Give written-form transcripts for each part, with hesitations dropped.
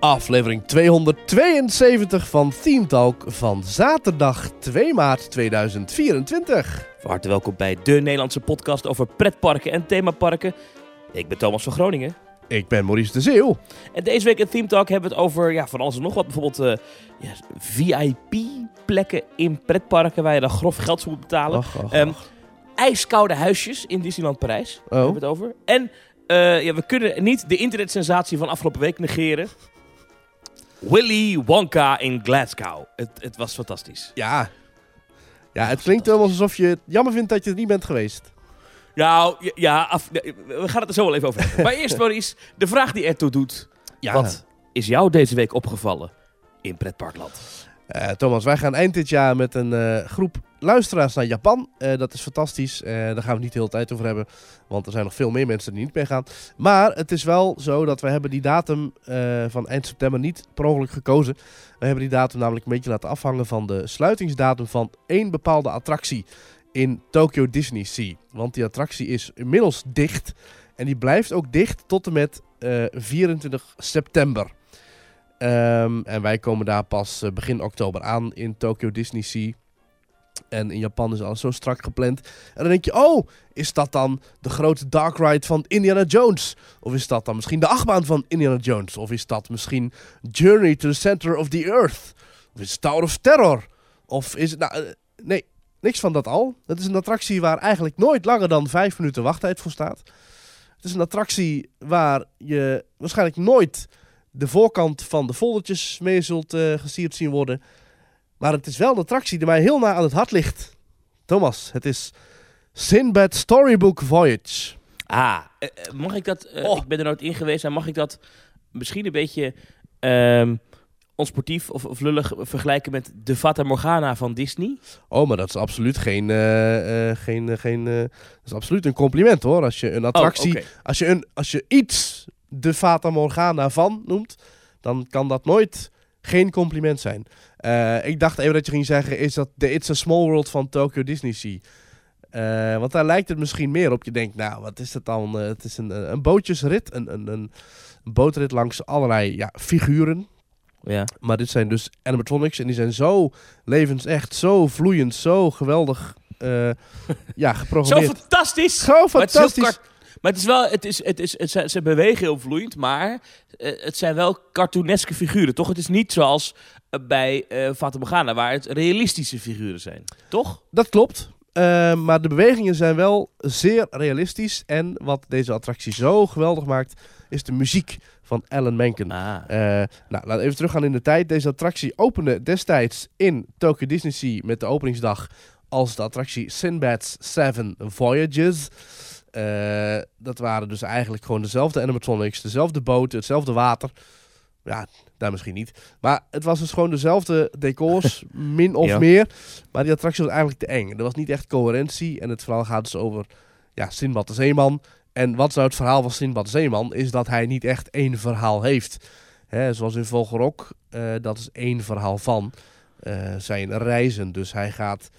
Aflevering 272 van Theme Talk van zaterdag 2 maart 2024. Van harte welkom bij de Nederlandse podcast over pretparken en themaparken. Ik ben Thomas van Groningen. Ik ben Maurice de Zeeuw. En deze week in Theme Talk hebben we het over van alles en nog wat. Bijvoorbeeld VIP-plekken in pretparken waar je dan grof geld voor moet betalen. IJskoude huisjes in Disneyland Parijs. Daar hebben we het over. En we kunnen niet de internetsensatie van afgelopen week negeren. Willy Wonka in Glasgow. Het was fantastisch. Ja, het klinkt wel alsof je het jammer vindt dat je er niet bent geweest. Nou, we gaan het er zo wel even over hebben. Maar eerst, Maurice, de vraag die ertoe doet. Ja. Wat is jou deze week opgevallen in pretparkland? Thomas, wij gaan eind dit jaar met een groep luisteraars naar Japan. Dat is fantastisch. Daar gaan we het niet de hele tijd over hebben. Want er zijn nog veel meer mensen die niet meegaan. Maar het is wel zo dat we hebben die datum van eind september niet per ongeluk gekozen. We hebben die datum namelijk een beetje laten afhangen van de sluitingsdatum van één bepaalde attractie in Tokyo Disney Sea. Want die attractie is inmiddels dicht. En die blijft ook dicht tot en met 24 september. En wij komen daar pas begin oktober aan in Tokyo Disney Sea. En in Japan is alles zo strak gepland. En dan denk je, is dat dan de grote dark ride van Indiana Jones? Of is dat dan misschien de achtbaan van Indiana Jones? Of is dat misschien Journey to the Center of the Earth? Of is het Tower of Terror? Of is het... nee, niks van dat al. Het is een attractie waar eigenlijk nooit langer dan 5 minuten wachttijd voor staat. Het is een attractie waar je waarschijnlijk nooit de voorkant van de foldertjes mee zult gesierd zien worden. Maar het is wel een attractie die mij heel na aan het hart ligt. Thomas, het is Sinbad Storybook Voyage. Mag ik dat... Ik ben er nooit in geweest. En mag ik dat misschien een beetje onsportief of lullig vergelijken met de Fata Morgana van Disney? Maar dat is absoluut dat is absoluut een compliment, hoor. Als je een attractie... Als je iets de Fata Morgana van noemt, dan kan dat nooit geen compliment zijn. Ik dacht even dat je ging zeggen, is dat de It's a Small World van Tokyo Disney Sea? Want daar lijkt het misschien meer op. Je denkt, wat is het dan? Het is een bootjesrit, een bootrit langs allerlei figuren. Ja. Maar dit zijn dus animatronics en die zijn zo levensecht, zo vloeiend, zo geweldig geprogrammeerd. Zo fantastisch! Maar het is wel, ze bewegen heel vloeiend, maar het zijn wel cartooneske figuren, toch? Het is niet zoals bij Fata Morgana, waar het realistische figuren zijn, toch? Dat klopt, maar de bewegingen zijn wel zeer realistisch. En wat deze attractie zo geweldig maakt, is de muziek van Alan Menken. Laten we even teruggaan in de tijd. Deze attractie opende destijds in Tokyo Disney Sea met de openingsdag als de attractie Sinbad's 7 Voyages. Dat waren dus eigenlijk gewoon dezelfde animatronics, dezelfde boten, hetzelfde water. Ja, daar misschien niet. Maar het was dus gewoon dezelfde decors, min of meer. Maar die attractie was eigenlijk te eng. Er was niet echt coherentie. En het verhaal gaat dus over Sinbad de Zeeman. En wat is nou het verhaal van Sinbad de Zeeman? Is dat hij niet echt één verhaal heeft. Zoals in Vogelrok, dat is één verhaal van zijn reizen. Dus hij gaat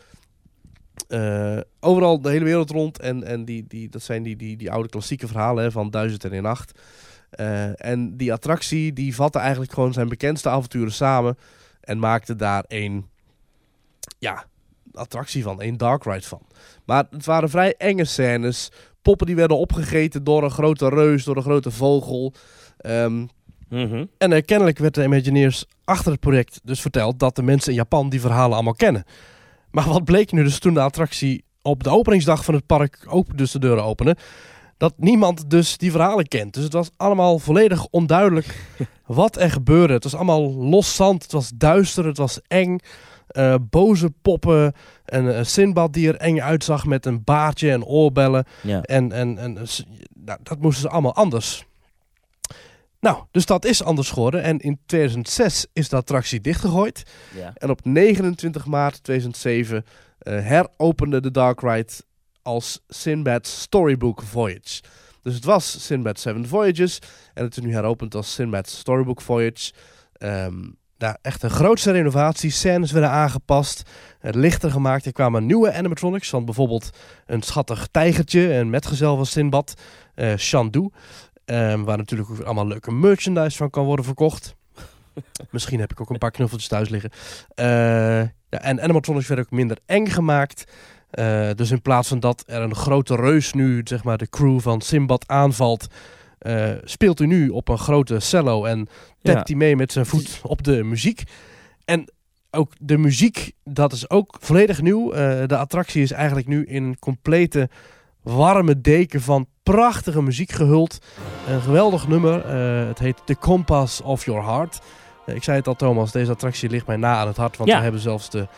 overal de hele wereld rond. En dat zijn die oude klassieke verhalen van 1001 Nacht. En die attractie die vatte eigenlijk gewoon zijn bekendste avonturen samen. En maakte daar één attractie van, één dark ride van. Maar het waren vrij enge scènes. Poppen die werden opgegeten door een grote reus, door een grote vogel. En kennelijk werd de Imagineers achter het project dus verteld dat de mensen in Japan die verhalen allemaal kennen. Maar wat bleek nu dus toen de attractie op de openingsdag van het park ook dus de deuren opende? Dat niemand dus die verhalen kent. Dus het was allemaal volledig onduidelijk wat er gebeurde. Het was allemaal los zand, het was duister, het was eng. Boze poppen, een Sinbad die er eng uitzag met een baardje en oorbellen. Ja. En dat moesten ze allemaal anders. Dus dat is anders geworden. En in 2006 is de attractie dichtgegooid. Ja. En op 29 maart 2007 heropende de dark ride als Sinbad's Storybook Voyage. Dus het was Sinbad's 7 Voyages. En het is nu heropend als Sinbad's Storybook Voyage. Echt een grootste renovatie. Scènes werden aangepast. Lichter gemaakt. Er kwamen nieuwe animatronics. Van bijvoorbeeld een schattig tijgertje. Een metgezel van Sinbad. Chandu. Waar natuurlijk ook allemaal leuke merchandise van kan worden verkocht. Misschien heb ik ook een paar knuffeltjes thuis liggen. En animatronics werden ook minder eng gemaakt. Dus in plaats van dat er een grote reus nu, zeg maar, de crew van Simbad aanvalt, speelt hij nu op een grote cello en tapt hij mee met zijn voet op de muziek. En ook de muziek, dat is ook volledig nieuw. De attractie is eigenlijk nu in een complete warme deken van prachtige muziek gehuld. Een geweldig nummer. Het heet The Compass of Your Heart. Ik zei het al, Thomas, deze attractie ligt mij na aan het hart. Want we hebben zelfs de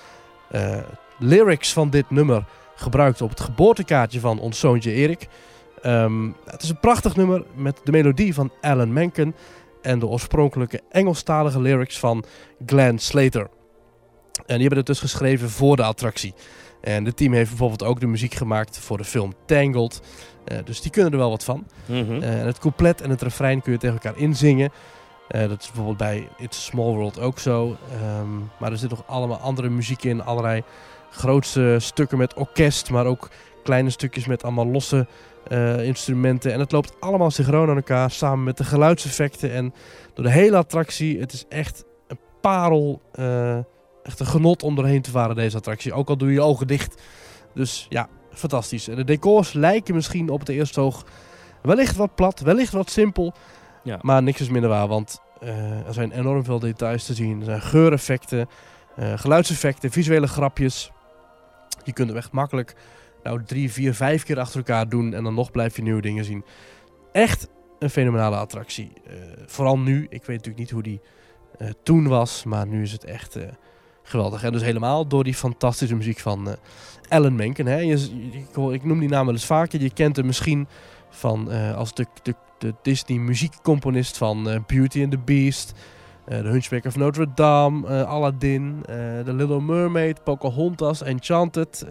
lyrics van dit nummer gebruikt op het geboortekaartje van ons zoontje Erik. Het is een prachtig nummer met de melodie van Alan Menken en de oorspronkelijke Engelstalige lyrics van Glenn Slater. En die hebben het dus geschreven voor de attractie. En het team heeft bijvoorbeeld ook de muziek gemaakt voor de film Tangled. Dus die kunnen er wel wat van. Mm-hmm. En het couplet en het refrein kun je tegen elkaar inzingen. Dat is bijvoorbeeld bij It's a Small World ook zo. Maar er zit nog allemaal andere muziek in. Allerlei grootste stukken met orkest, maar ook kleine stukjes met allemaal losse instrumenten. En het loopt allemaal synchroon aan elkaar, samen met de geluidseffecten. En door de hele attractie, het is echt een parel, echt een genot om doorheen te varen, deze attractie. Ook al doe je je ogen dicht. Dus ja, fantastisch. En de decors lijken misschien op het eerste oog wellicht wat plat, wellicht wat simpel. Ja. Maar niks is minder waar, want er zijn enorm veel details te zien. Er zijn geureffecten, geluidseffecten, visuele grapjes. Je kunt hem echt makkelijk 3, 4, 5 keer achter elkaar doen en dan nog blijf je nieuwe dingen zien. Echt een fenomenale attractie. Vooral nu. Ik weet natuurlijk niet hoe die toen was, maar nu is het echt geweldig. En dus helemaal door die fantastische muziek van Alan Menken. Hè? Ik noem die naam wel eens vaker. Je kent hem misschien van als de Disney muziekcomponist van Beauty and the Beast, The Hunchback of Notre Dame, Aladdin, The Little Mermaid, Pocahontas, Enchanted,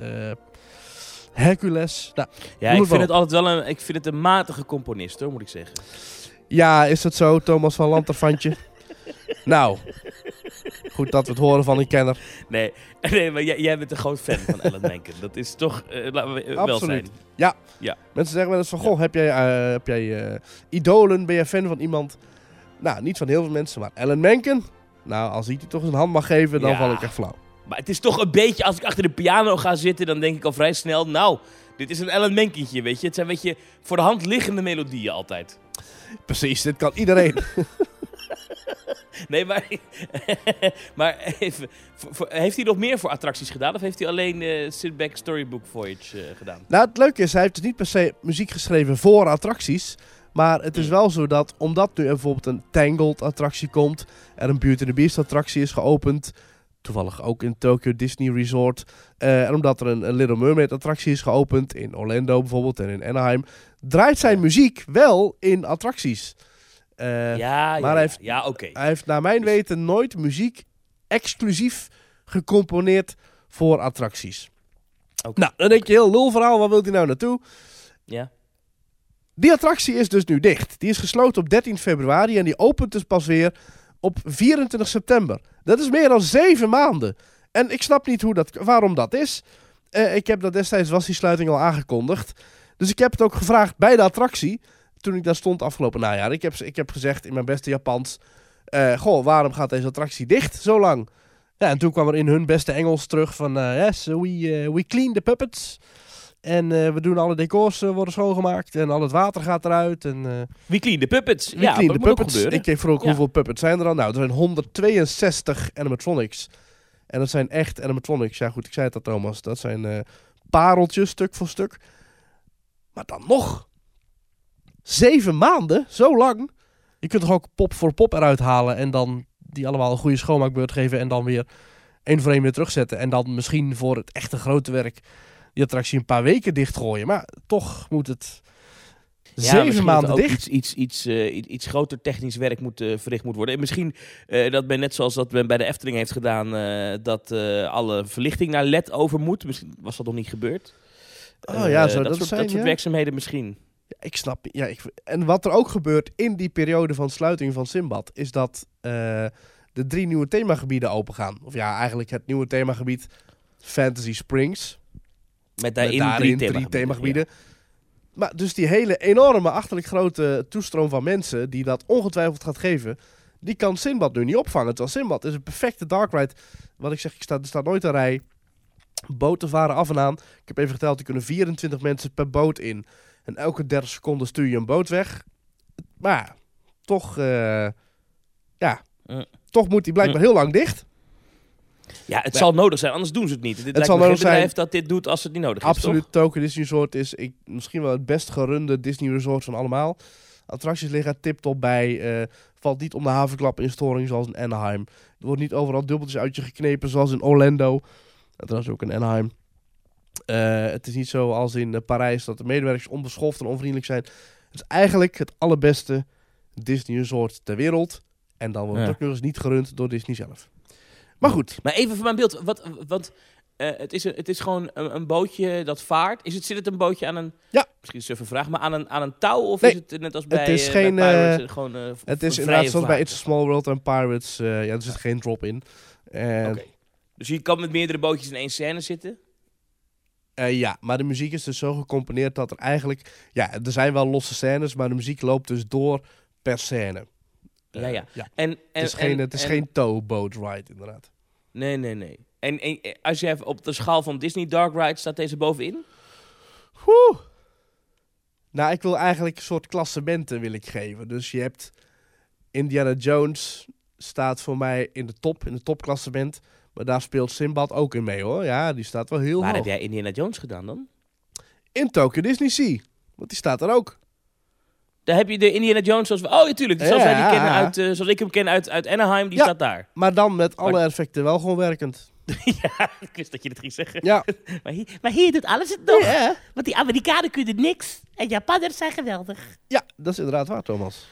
Hercules. Nou, ja, ik vind het altijd wel ik vind het een matige componist, hoor, moet ik zeggen. Ja, is dat zo, Thomas van Lanterfantje? Nou, goed dat we het horen van een kenner. Nee, maar jij bent een groot fan van Alan Menken. Dat is toch, laten we wel zijn. Ja. Mensen zeggen wel eens van, goh, heb jij idolen? Ben jij fan van iemand? Nou, niet van heel veel mensen, maar Alan Menken. Nou, als ik die toch eens een hand mag geven, dan val ik echt flauw. Maar het is toch een beetje, als ik achter de piano ga zitten, dan denk ik al vrij snel, nou, dit is een Alan Menkentje, weet je. Het zijn een beetje voor de hand liggende melodieën altijd. Precies, dit kan iedereen. Nee, maar even, heeft hij nog meer voor attracties gedaan? Of heeft hij alleen Sitback Storybook Voyage gedaan? Nou, het leuke is, hij heeft dus niet per se muziek geschreven voor attracties. Maar het is wel zo dat, omdat nu er bijvoorbeeld een Tangled attractie komt, er een Beauty and the Beast attractie is geopend, toevallig ook in Tokyo Disney Resort, en omdat er een Little Mermaid attractie is geopend, in Orlando bijvoorbeeld en in Anaheim, draait zijn muziek wel in attracties. Maar hij heeft naar mijn weten nooit muziek exclusief gecomponeerd voor attracties. Okay. Nou, dan denk je heel lul verhaal, waar wilt hij nou naartoe? Ja. Die attractie is dus nu dicht. Die is gesloten op 13 februari en die opent dus pas weer op 24 september. Dat is meer dan 7 maanden. En ik snap niet waarom dat is. Ik heb dat destijds, was die sluiting al aangekondigd. Dus ik heb het ook gevraagd bij de attractie. Toen ik daar stond afgelopen najaar. Ik heb gezegd in mijn beste Japans, waarom gaat deze attractie dicht zo lang? Ja, en toen kwam er in hun beste Engels terug van, yes, we clean the puppets. En we doen alle decors worden schoongemaakt. En al het water gaat eruit. En, we clean the puppets. We clean the puppets. Ik keek vroeg hoeveel puppets zijn er dan. Nou, er zijn 162 animatronics. En dat zijn echt animatronics. Ja goed, ik zei het al, Thomas. Dat zijn pareltjes, stuk voor stuk. Maar dan nog 7 maanden? Zo lang? Je kunt toch ook pop voor pop eruit halen en dan die allemaal een goede schoonmaakbeurt geven en dan weer 1 voor 1 weer terugzetten. En dan misschien voor het echte grote werk die attractie een paar weken dichtgooien. Maar toch moet het 7 maanden dicht. Iets groter technisch werk verricht moet worden. En misschien dat net zoals dat men bij de Efteling heeft gedaan, dat alle verlichting naar LED over moet. Misschien was dat nog niet gebeurd. Dat soort werkzaamheden misschien. Ja, ik snap. Ja, en wat er ook gebeurt in die periode van sluiting van Simbad, is dat de 3 nieuwe themagebieden opengaan. Of ja, eigenlijk het nieuwe themagebied Fantasy Springs. Met daarin 3 themagebieden. Ja. Maar dus die hele enorme, achterlijk grote toestroom van mensen die dat ongetwijfeld gaat geven, Die kan Sinbad nu niet opvangen. Terwijl Sinbad is een perfecte dark ride. Wat ik zeg, er staat nooit een rij. Boten varen af en aan. Ik heb even geteld, er kunnen 24 mensen per boot in. En elke 30 seconden stuur je een boot weg. Maar toch, toch moet die blijkbaar heel lang dicht. Ja, het zal nodig zijn, anders doen ze het niet. Dit het zal nodig zijn. Bedrijf dat dit doet als het niet nodig is, Absoluut. toch? Tokyo Disney Resort is misschien wel het best gerunde Disney Resort van allemaal. Attracties liggen tip-top bij. Valt niet om de havenklap in storing zoals in Anaheim. Er wordt niet overal dubbeltjes uit je geknepen zoals in Orlando. Dat was ook in Anaheim. Het is niet zo als in Parijs dat de medewerkers onbeschoft en onvriendelijk zijn. Het is eigenlijk het allerbeste Disney Resort ter wereld. En dan wordt het ook nog eens niet gerund door Disney zelf. Maar goed. Maar even voor mijn beeld. Het is gewoon een bootje dat vaart. Zit het een bootje aan een... Ja. Misschien is het even een vraag, maar aan een touw? Of nee, is het net als bij, het is geen, bij Pirates gewoon het is inderdaad zoals bij It's a Small World en Pirates. Er zit geen drop in. Oké. Dus je kan met meerdere bootjes in één scène zitten? Ja, maar de muziek is dus zo gecomponeerd dat er eigenlijk... Ja, er zijn wel losse scènes, maar de muziek loopt dus door per scène. Ja. Het is geen towboat ride, inderdaad. Nee. En als je even op de schaal van Disney Dark Ride staat deze bovenin? Nou, ik wil eigenlijk een soort klassementen wil ik geven. Dus je hebt Indiana Jones staat voor mij in de topklassement. Maar daar speelt Sinbad ook in mee, hoor. Ja, die staat wel heel hoog. Waar heb jij Indiana Jones gedaan dan? In Tokyo Disney Sea. Want die staat er ook. Daar heb je de Indiana Jones zoals we... Oh, natuurlijk. Zoals wij die kennen uit... zoals ik hem ken uit Anaheim, die staat daar. Maar dan met alle effecten wel gewoon werkend. Ja, ik wist dat je het ging zeggen. Ja. maar hier doet alles het nog. Ja. Want die Amerikanen kunnen niks. En Japanners zijn geweldig. Ja, dat is inderdaad waar, Thomas.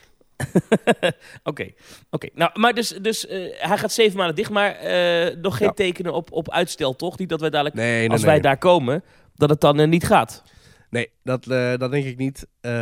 Oké. Nou, maar dus hij gaat 7 maanden dicht, maar nog geen tekenen op uitstel, toch? Niet dat wij dadelijk, als wij daar komen, dat het dan niet gaat. Nee, dat denk ik niet.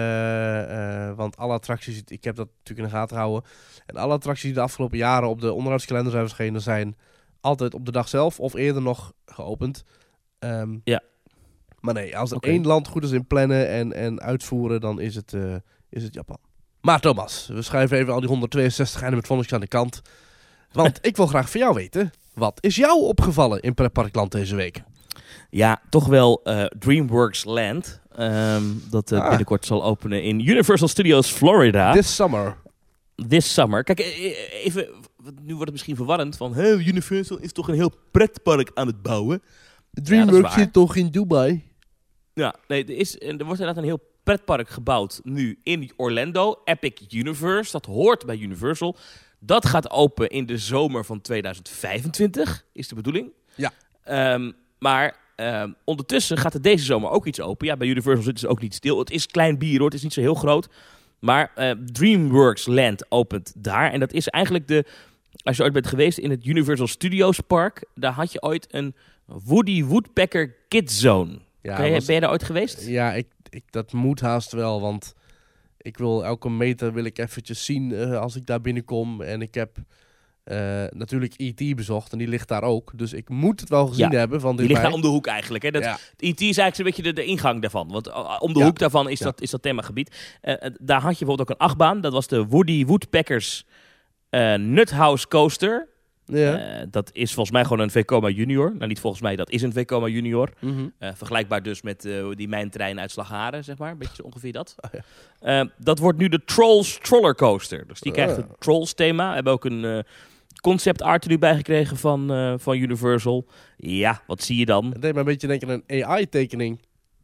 Want alle attracties, ik heb dat natuurlijk in de gaten gehouden. En alle attracties die de afgelopen jaren op de onderhoudskalender zijn verschenen, zijn altijd op de dag zelf of eerder nog geopend. Ja. Maar nee, als er één land goed is in plannen en uitvoeren, dan is het Japan. Maar Thomas, we schuiven even al die 162 einde met vonnis aan de kant. Want ik wil graag van jou weten, wat is jou opgevallen in Pretparkland deze week? Ja, toch wel DreamWorks Land. Dat binnenkort zal openen in Universal Studios Florida. This summer. Kijk, even, nu wordt het misschien verwarrend van... Universal is toch een heel pretpark aan het bouwen? DreamWorks zit toch in Dubai? Ja, nee, er wordt inderdaad een heel pretpark gebouwd nu in Orlando. Epic Universe, dat hoort bij Universal. Dat gaat open in de zomer van 2025, is de bedoeling. Ja. Maar ondertussen gaat er deze zomer ook iets open. Ja, bij Universal zitten ze ook niet stil. Het is klein bier, hoor. Het is niet zo heel groot. Maar DreamWorks Land opent daar. En dat is eigenlijk als je ooit bent geweest in het Universal Studios Park, daar had je ooit een Woody Woodpecker Kids Zone. Ja, ben je daar ooit geweest? Ja, dat moet haast wel, want ik wil elke meter wil ik eventjes zien als ik daar binnenkom. En ik heb natuurlijk E.T. bezocht en die ligt daar ook. Dus ik moet het wel gezien hebben. Van die ligt daar om de hoek eigenlijk. Hè? E.T. is eigenlijk een beetje de ingang daarvan. Want om de hoek daarvan is dat themagebied. Daar had je bijvoorbeeld ook een achtbaan. Dat was de Woody Woodpeckers Nuthouse Coaster. Ja. Dat is volgens mij gewoon een Vekoma Junior. Nou, niet volgens mij, dat is een Vekoma Junior. Mm-hmm. Vergelijkbaar dus met die mijntrein uit Slagharen, zeg maar. Een beetje zo ongeveer dat. Dat wordt nu de Trolls Troller Coaster. Dus die krijgt het Trolls thema. We hebben ook een concept art er nu bij gekregen van Universal. Ja, wat zie je dan? Het deed me een beetje denken aan een AI-tekening.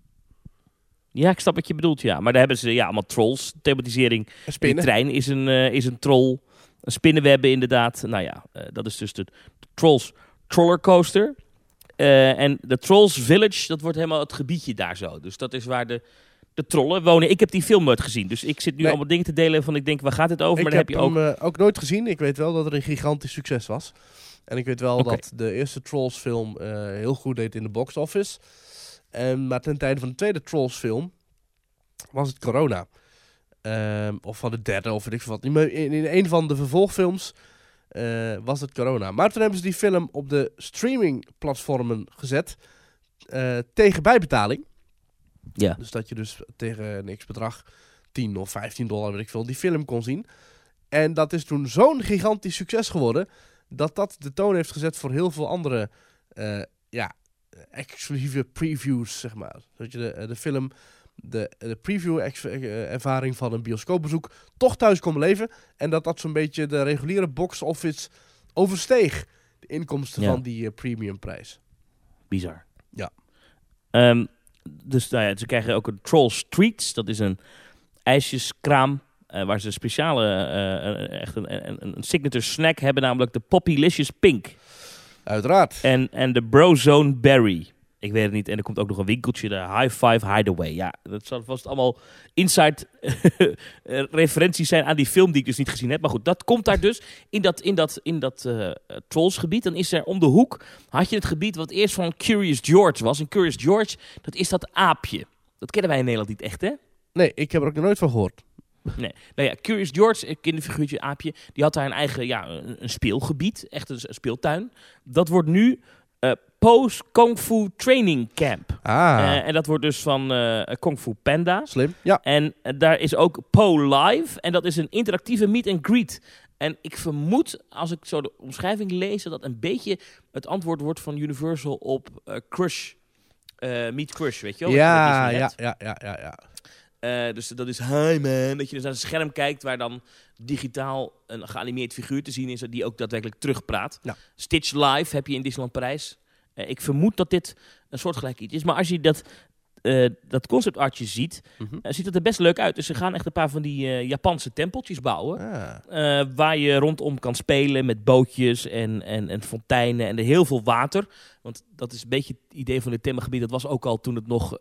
Ja, ik snap wat je bedoelt, ja. Maar daar hebben ze allemaal trolls. Thematisering. Die trein is een troll. Een spinnenwebben inderdaad. Nou ja, dat is dus de Trolls Troller Coaster. En de Trolls Village, dat wordt helemaal het gebiedje daar zo. Dus dat is waar de trollen wonen. Ik heb die film nooit gezien. Dus ik zit nu allemaal dingen te delen van ik denk, waar gaat het over? Maar ik heb hem ook nooit gezien. Ik weet wel dat er een gigantisch succes was. En ik weet wel dat de eerste Trolls film heel goed deed in de box office. Maar ten tijde van de tweede Trolls film was het corona. Of van de derde, of weet ik veel wat. In een van de vervolgfilms was het corona. Maar toen hebben ze die film op de streamingplatformen gezet. Tegen bijbetaling. Ja. Dus dat je dus tegen een x-bedrag $10 of $15, weet ik veel, die film kon zien. En dat is toen zo'n gigantisch succes geworden, dat de toon heeft gezet voor heel veel andere exclusieve previews, zeg maar. Zodat je de film, de preview-ervaring van een bioscoopbezoek toch thuis kon beleven. En dat zo'n beetje de reguliere box office oversteeg. De inkomsten van die premiumprijs. Bizar. Ja. Dus ze krijgen ook een Trolls Treats. Dat is een ijsjeskraam waar ze een speciale, echt een signature snack hebben, namelijk de Poppylicious Pink. Uiteraard. En de Brozone Berry. Ik weet het niet. En er komt ook nog een winkeltje, de High Five Hideaway. Ja, dat zal vast allemaal inside referenties zijn aan die film die ik dus niet gezien heb. Maar goed, dat komt daar dus in dat Trollsgebied. Dan is er om de hoek, had je het gebied wat eerst van Curious George was. En Curious George, dat is dat aapje. Dat kennen wij in Nederland niet echt, hè? Nee, ik heb er ook nog nooit van gehoord. Nee. Nou ja, Curious George, een kinderfiguurtje, aapje, die had daar een eigen, een speelgebied. Echt een speeltuin. Dat wordt nu Po's Kung Fu Training Camp. En dat wordt dus van Kung Fu Panda. Slim, ja. En daar is ook Po Live. En dat is een interactieve meet and greet. En ik vermoed, als ik zo de omschrijving lees, dat een beetje het antwoord wordt van Universal op Crush. Meet Crush, weet je wel? Ja. Dus dat is hi man, dat je dus naar een scherm kijkt waar dan digitaal een geanimeerd figuur te zien is die ook daadwerkelijk terugpraat. Ja. Stitch Live heb je in Disneyland Parijs. Ik vermoed dat dit een soortgelijk iets is, maar als je dat conceptartje ziet, ziet het er best leuk uit. Dus ze gaan echt een paar van die Japanse tempeltjes bouwen, waar je rondom kan spelen met bootjes en fonteinen en er heel veel water. Want dat is een beetje het idee van dit themagebied. Dat was ook al toen het nog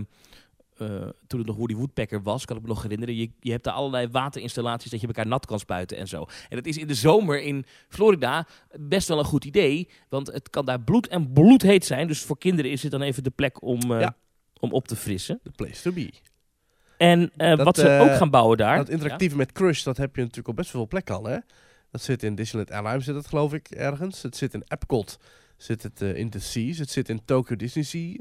Woody Woodpecker was, kan ik me nog herinneren. Je hebt daar allerlei waterinstallaties dat je elkaar nat kan spuiten en zo. En dat is in de zomer in Florida best wel een goed idee, want het kan daar bloedheet zijn. Dus voor kinderen is het dan even de plek om op te frissen. The place to be. En wat ze ook gaan bouwen daar. Dat interactieve met Crush, dat heb je natuurlijk op best veel plekken al, hè? Dat zit in Disneyland Anaheim, zit het geloof ik ergens. Het zit in Epcot, zit het in The Seas. Het zit in Tokyo Disney Sea.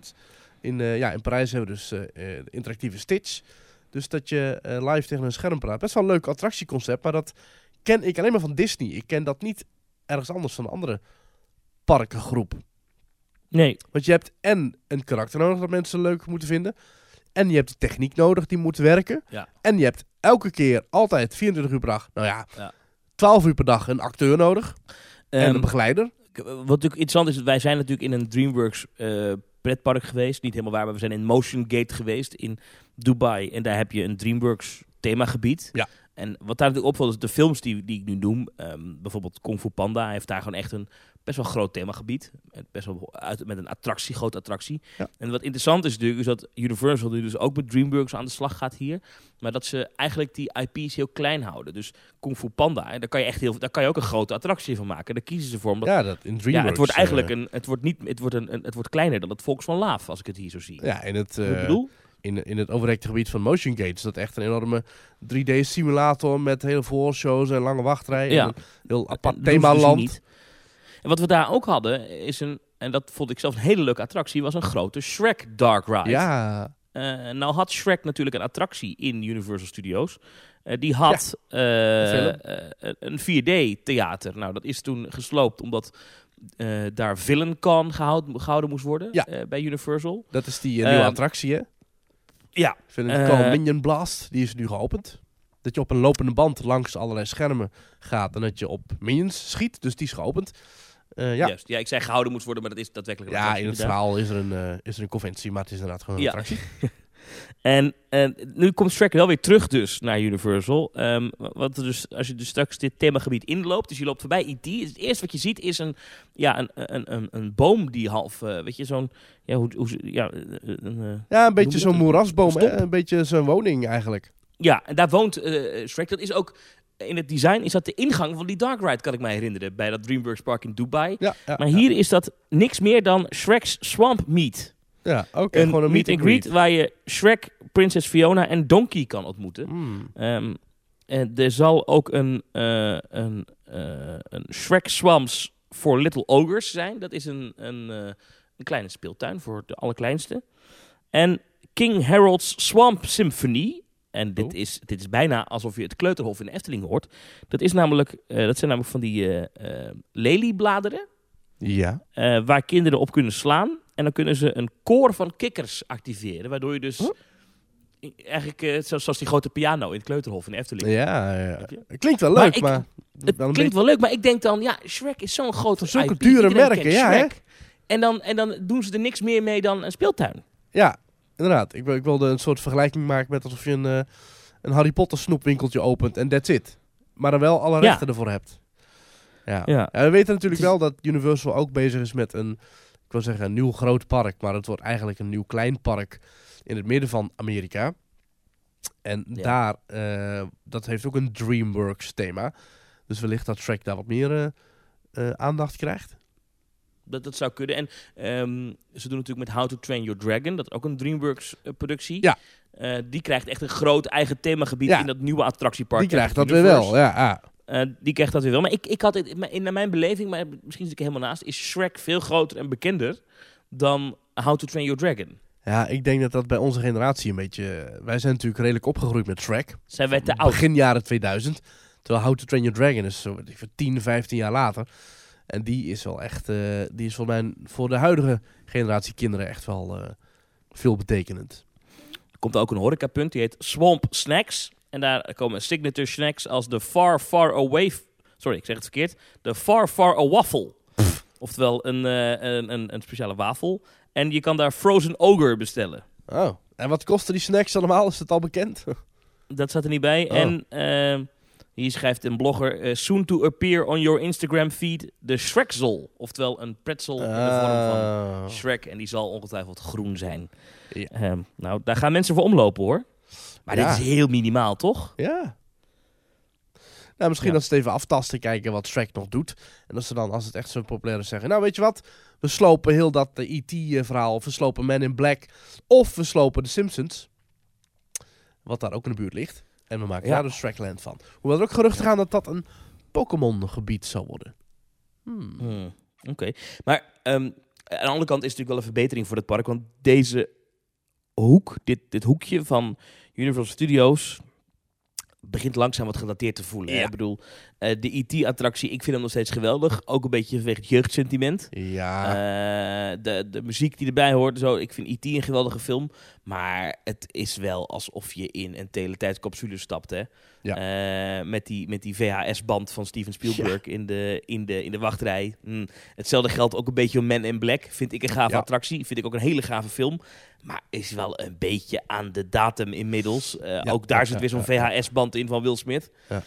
In Parijs hebben we dus de interactieve Stitch. Dus dat je live tegen een scherm praat. Best wel een leuk attractieconcept, maar dat ken ik alleen maar van Disney. Ik ken dat niet ergens anders van een andere parkengroep. Nee. Want je hebt en een karakter nodig dat mensen leuk moeten vinden. En je hebt de techniek nodig die moet werken. Ja. En je hebt elke keer altijd 24 uur per dag, 12 uur per dag een acteur nodig. En een begeleider. Wat natuurlijk interessant is, wij zijn natuurlijk in een DreamWorks pretpark geweest. Niet helemaal waar, maar we zijn in Motion Gate geweest in Dubai. En daar heb je een DreamWorks themagebied. Ja. En wat daar natuurlijk opvalt, is de films die ik nu noem. Bijvoorbeeld Kung Fu Panda heeft daar gewoon echt een best wel groot themagebied. Met een grote attractie. Ja. En wat interessant is natuurlijk, is dat Universal nu dus ook met DreamWorks aan de slag gaat hier. Maar dat ze eigenlijk die IP's heel klein houden. Dus Kung Fu Panda, daar kan je ook een grote attractie van maken. Daar kiezen ze voor. Omdat, dat in DreamWorks. Het wordt eigenlijk het wordt kleiner dan het Volks van Laaf, als ik het hier zo zie. Ja, in het overhekte gebied van Motion Gate is dat echt een enorme 3D-simulator met heel veel shows en lange wachtrijen. En een heel apart themaland. En wat we daar ook hadden, en dat vond ik zelf een hele leuke attractie, was een grote Shrek Dark Ride. Ja. Nou had Shrek natuurlijk een attractie in Universal Studios. Die had een 4D-theater. Nou, dat is toen gesloopt omdat daar VillainCon gehouden moest worden bij Universal. Dat is die nieuwe attractie, hè? Ja. VillainCon Minion Blast, die is nu geopend. Dat je op een lopende band langs allerlei schermen gaat en dat je op minions schiet. Dus die is geopend. Juist. Ja, ik zei gehouden moet worden, maar dat is daadwerkelijk een attractie. In het verhaal is er een conventie, maar het is inderdaad gewoon een attractie. En nu komt Shrek wel weer terug dus naar Universal. Als je dus straks dit themagebied inloopt, dus je loopt voorbij E.T. Het eerste wat je ziet is een boom die half, weet je, zo'n... een beetje zo'n moerasboom, een beetje zo'n woning eigenlijk. Ja, en daar woont Shrek. Dat is ook... In het design is dat de ingang van die Dark Ride, kan ik mij herinneren, bij dat DreamWorks Park in Dubai. Maar hier is dat niks meer dan Shrek's Swamp Meet. Ja, oké. Gewoon een meet and greet. Waar je Shrek, Prinses Fiona en Donkey kan ontmoeten. En er zal ook een Shrek Swamps for Little Ogres zijn. Dat is een kleine speeltuin voor de allerkleinste. En King Harold's Swamp Symphony. En dit is bijna alsof je het Kleuterhof in de Efteling hoort. Dat zijn namelijk van die leliebladeren. Ja. Waar kinderen op kunnen slaan. En dan kunnen ze een koor van kikkers activeren. Waardoor je dus... Eigenlijk zoals die grote piano in het Kleuterhof in de Efteling. Ja. Het klinkt wel leuk, maar... Het klinkt wel leuk, maar ik denk dan... Ja, Shrek is zo'n grote IP. Zulke dure merken, ja, hè? En dan doen ze er niks meer mee dan een speeltuin. Ja, inderdaad. Ik wilde een soort vergelijking maken met alsof je een Harry Potter snoepwinkeltje opent en that's it. Maar dan wel alle rechten ervoor hebt. Ja. En we weten natuurlijk wel dat Universal ook bezig is met een nieuw groot park. Maar het wordt eigenlijk een nieuw klein park in het midden van Amerika. En daar, dat heeft ook een DreamWorks thema. Dus wellicht dat Shrek daar wat meer aandacht krijgt. Dat zou kunnen. En ze doen natuurlijk met How to Train Your Dragon. Dat is ook een DreamWorks productie. Ja. Die krijgt echt een groot eigen themagebied in dat nieuwe attractiepark. Die krijgt dat weer wel, ja. Die krijgt dat weer wel. Maar ik had in mijn beleving, maar misschien zit ik er helemaal naast, is Shrek veel groter en bekender dan How to Train Your Dragon. Ja, ik denk dat bij onze generatie een beetje... Wij zijn natuurlijk redelijk opgegroeid met Shrek. Zijn wij te oud? Begin jaren 2000. Terwijl How to Train Your Dragon is zo 10, 15 jaar later. En die is wel echt... die is voor de huidige generatie kinderen echt wel veel betekenend. Er komt ook een horecapunt, die heet Swamp Snacks. En daar komen signature snacks als de Far Far Away... Sorry, ik zeg het verkeerd. De Far Far A Waffle. Oftewel een speciale wafel. En je kan daar Frozen Ogre bestellen. Oh, en wat kosten die snacks allemaal? Is het al bekend? Dat staat er niet bij. Oh. En hier schrijft een blogger... soon to appear on your Instagram feed de Shrekzel. Oftewel een pretzel in de vorm van Shrek. En die zal ongetwijfeld groen zijn. Ja. Nou, daar gaan mensen voor omlopen, hoor. Maar dit is heel minimaal, toch? Ja. Nou, misschien dat ze het even aftasten, kijken wat Shrek nog doet. En dat ze dan, als het echt zo populair is, zeggen... Nou, weet je wat? We slopen heel dat E.T.-verhaal. Of we slopen Men in Black. Of we slopen The Simpsons. Wat daar ook in de buurt ligt. En we maken daar dus Shrekland van. Hoewel er ook geruchten gaan dat dat een Pokémon-gebied zou worden. Oké. Maar aan de andere kant is het natuurlijk wel een verbetering voor het park. Want deze hoek, dit hoekje van Universal Studios... begint langzaam wat gedateerd te voelen. Ja. Ik bedoel, de E.T.-attractie, ik vind hem nog steeds geweldig. Ook een beetje vanwege het jeugdsentiment. Ja. De muziek die erbij hoort. Zo. Ik vind E.T. een geweldige film. Maar het is wel alsof je in een teletijdcapsule stapt. Hè? Ja. Met die VHS-band van Steven Spielberg in de wachtrij. Hetzelfde geldt ook een beetje om Men in Black. Vind ik een gave attractie. Vind ik ook een hele gave film. Maar is wel een beetje aan de datum inmiddels. Ook daar zit weer zo'n VHS-band in van Will Smith. Ja.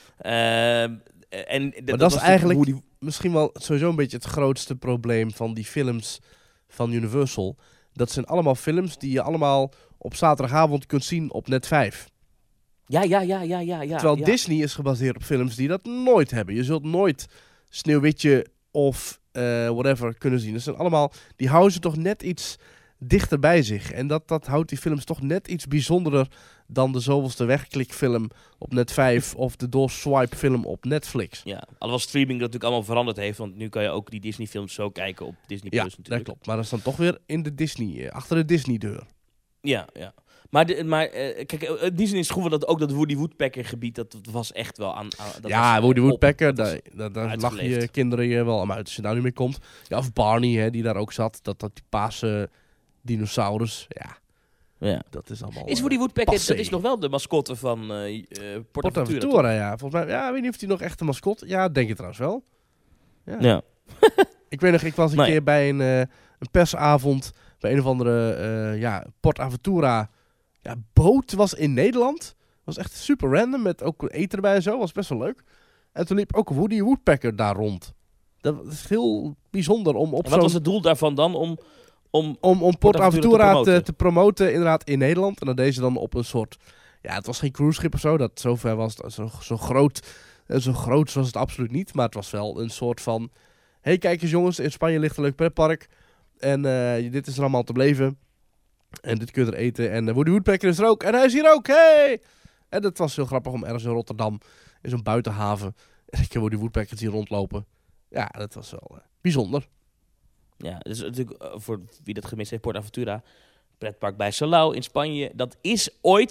Maar dat is eigenlijk misschien wel sowieso een beetje het grootste probleem van die films van Universal. Dat zijn allemaal films die je allemaal op zaterdagavond kunt zien op Net 5. Ja. Terwijl Disney is gebaseerd op films die dat nooit hebben. Je zult nooit Sneeuwwitje of whatever kunnen zien. Dat zijn allemaal, die houden ze toch net iets dichter bij zich. En dat houdt die films toch net iets bijzonderder dan de zoveelste wegklikfilm op Net 5 of de doorswipe film op Netflix. Ja, alhoewel streaming dat natuurlijk allemaal veranderd heeft, want nu kan je ook die Disney films zo kijken op Disney Plus natuurlijk. Ja, dat klopt. Maar dat is dan toch weer in de Disney, achter de Disney deur. Ja. Maar kijk, Disney is goed, dat ook dat Woody Woodpecker gebied, dat was echt wel aan Woody Woodpecker, daar lachen je kinderen je wel aan uit als je daar nu mee komt. Ja, of Barney, hè, die daar ook zat, dat die paarse dinosaurus, ja, dat is allemaal. Is Woody Woodpecker, dat is nog wel de mascotte van PortAventura, ja. Volgens mij, ik weet niet of hij nog echt een mascotte. Ja, denk je trouwens wel. Ja. Ik weet nog, ik was een keer bij een persavond bij een of andere PortAventura boot was in Nederland. Was echt super random met ook eten erbij en zo. Was best wel leuk. En toen liep ook Woody Woodpecker daar rond. Dat is heel bijzonder om op. En wat was het doel daarvan dan om PortAventura te promoten inderdaad in Nederland. En dat deze dan op een soort... Ja, het was geen cruiseschip of zo. Dat zover was het, zo groot was het absoluut niet. Maar het was wel een soort van... Hey, kijk eens jongens, in Spanje ligt een leuk pretpark. En dit is er allemaal te beleven. En dit kun je er eten. En Woody Woodpecker is er ook. En hij is hier ook. Hey! En dat was heel grappig om ergens in Rotterdam, in zo'n buitenhaven, en ik heb Woody Woodpecker zien rondlopen. Ja, dat was wel bijzonder. Ja, dus natuurlijk voor wie dat gemist heeft, PortAventura, pretpark bij Salau in Spanje. Dat is ooit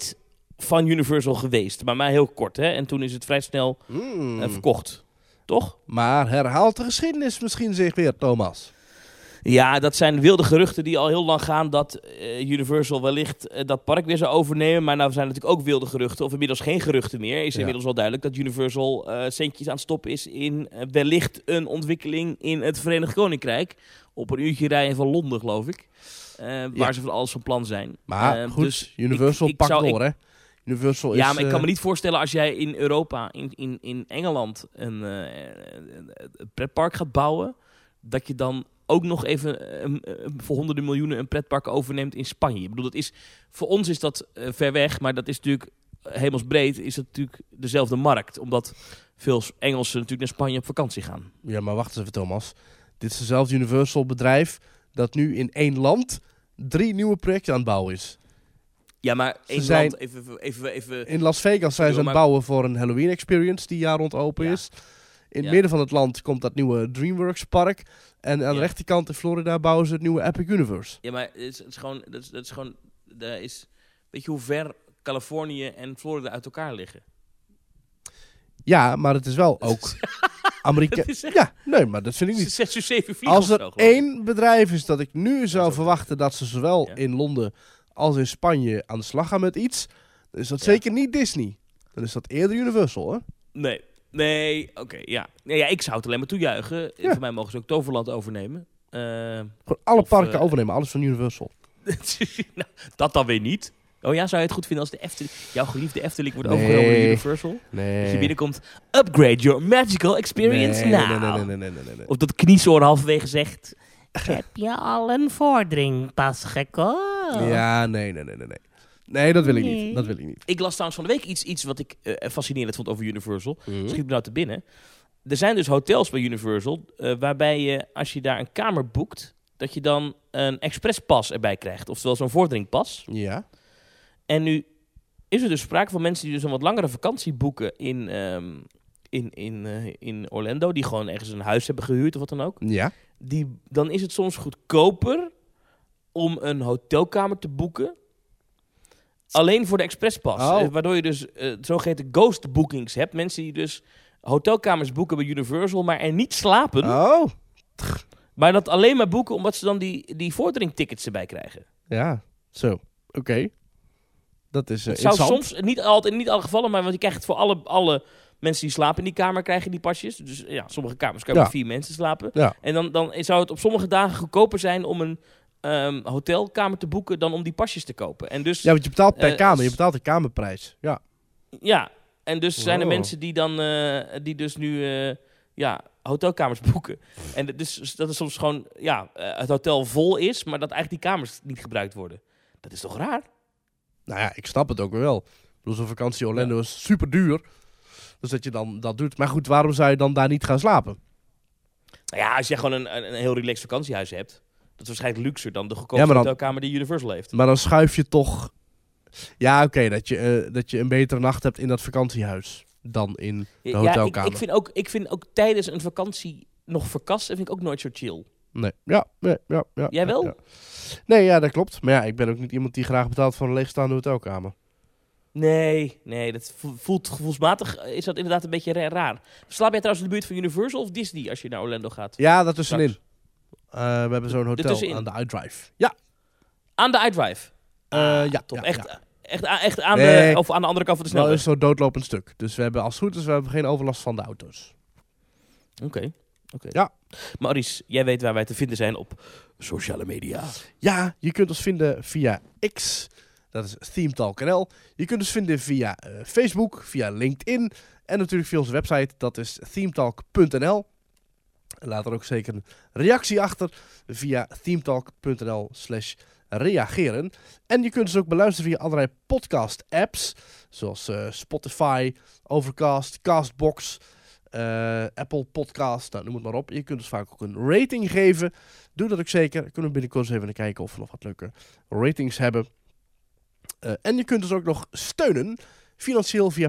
van Universal geweest. Maar heel kort, hè. En toen is het vrij snel verkocht. Toch? Maar herhaalt de geschiedenis misschien zich weer, Thomas? Ja, dat zijn wilde geruchten die al heel lang gaan dat Universal wellicht dat park weer zou overnemen. Maar nou zijn natuurlijk ook wilde geruchten, of inmiddels geen geruchten meer. Is inmiddels wel duidelijk dat Universal centjes aan het stoppen is in wellicht een ontwikkeling in het Verenigd Koninkrijk. Op een uurtje rijden van Londen, geloof ik. Waar ze van alles van plan zijn. Maar goed, dus Universal pakt door, hè? Universal ja, maar ik kan me niet voorstellen als jij in Europa, in Engeland, een pretpark gaat bouwen, dat je dan ook nog even voor honderden miljoenen een pretpark overneemt in Spanje. Ik bedoel, voor ons is dat ver weg, maar dat is natuurlijk hemelsbreed is dat natuurlijk dezelfde markt. Omdat veel Engelsen natuurlijk naar Spanje op vakantie gaan. Ja, maar wacht eens even, Thomas. Dit is hetzelfde Universal bedrijf dat nu in één land 3 nieuwe projecten aan het bouwen is. Ja, maar land, even... In Las Vegas zijn ze aan het bouwen voor een Halloween Experience die jaar rond open is. In het midden van het land komt dat nieuwe DreamWorks park. En aan de rechterkant in Florida bouwen ze het nieuwe Epic Universe. Ja, maar het is gewoon... Weet je hoe ver Californië en Florida uit elkaar liggen? Ja, maar het is wel ook Amerika. Ja, nee, maar dat vind ik niet. 6 uur 7 vliegen. Als er één bedrijf is dat ik nu zou verwachten dat ze zowel in Londen als in Spanje aan de slag gaan met iets, dan is dat zeker niet Disney. Dan is dat eerder Universal, hè? Nee, oké, ja. Ja, ik zou het alleen maar toejuichen. Voor mij mogen ze ook Toverland overnemen. Gewoon alle parken overnemen, alles van Universal. Nou, dat dan weer niet. Oh ja, zou je het goed vinden als de Efteling, jouw geliefde Efteling wordt overgenomen door Universal? Nee. Als je binnenkomt, upgrade your magical experience now. Nee. Of dat kniezoor halverwege zegt, heb je al een vordringpas gekocht? Ja, nee. Nee, dat wil ik niet. Dat wil ik niet. Ik las trouwens van de week iets wat ik fascinerend vond over Universal. Schiet me nou te binnen. Er zijn dus hotels bij Universal waarbij je, als je daar een kamer boekt, dat je dan een expresspas erbij krijgt. Oftewel zo'n vordringpas. Ja. En nu is er dus sprake van mensen die dus een wat langere vakantie boeken in Orlando. Die gewoon ergens een huis hebben gehuurd of wat dan ook. Ja. Dan is het soms goedkoper om een hotelkamer te boeken. Alleen voor de expresspas. Waardoor je dus zogeheten ghost bookings hebt. Mensen die dus hotelkamers boeken bij Universal, maar er niet slapen. Oh. Maar dat alleen maar boeken omdat ze dan die vorderingtickets erbij krijgen. Ja, zo. Oké. Dat is het zou soms, niet altijd in niet alle gevallen, maar want je krijgt het voor alle mensen die slapen in die kamer krijgen die pasjes. Dus ja, sommige kamers kunnen met 4 mensen slapen. Ja. En dan zou het op sommige dagen goedkoper zijn om een hotelkamer te boeken dan om die pasjes te kopen. En dus, ja, want je betaalt per kamer. Je betaalt de kamerprijs. Ja. Ja, en dus zijn er mensen die dan die dus nu hotelkamers boeken. En dus dat is soms gewoon het hotel vol is, maar dat eigenlijk die kamers niet gebruikt worden. Dat is toch raar? Nou ja, ik snap het ook wel. Ik bedoel, zo'n vakantie in Orlando is super duur. Dus dat je dan dat doet. Maar goed, waarom zou je dan daar niet gaan slapen? Nou ja, als je gewoon een heel relaxed vakantiehuis hebt, dat is waarschijnlijk luxer dan de goedkoopste hotelkamer die Universal heeft. Maar dan schuif je toch... Ja, oké, dat je een betere nacht hebt in dat vakantiehuis dan in de hotelkamer. Ik vind ook tijdens een vakantie nog verkassen vind ik ook nooit zo chill. Nee, ja. Jij wel? Ja. Nee, ja, dat klopt. Maar ja, ik ben ook niet iemand die graag betaalt voor een leegstaande hotelkamer. Nee, dat voelt gevoelsmatig, is dat inderdaad een beetje raar. Slaap jij trouwens in de buurt van Universal of Disney als je naar Orlando gaat? Ja, daartussenin. We hebben zo'n hotel aan de iDrive. Ja. Aan de iDrive? Ja. Top. Echt aan de andere kant van de snelweg? Dat is zo'n doodlopend stuk. Dus we hebben als het goed is, we hebben geen overlast van de auto's. Oké. Ja. Maurice, jij weet waar wij te vinden zijn op sociale media. Ja, je kunt ons vinden via X. Dat is ThemeTalk.nl. Je kunt ons vinden via Facebook, via LinkedIn. En natuurlijk via onze website. Dat is themetalk.nl. Laat er ook zeker een reactie achter via themetalk.nl/reageren. En je kunt ons ook beluisteren via allerlei podcast-apps. Zoals Spotify, Overcast, Castbox, Apple Podcast, noem het maar op. Je kunt ons vaak ook een rating geven. Doe dat ook zeker. Kunnen we binnenkort eens even kijken of we nog wat leuke ratings hebben. En je kunt ons ook nog steunen financieel via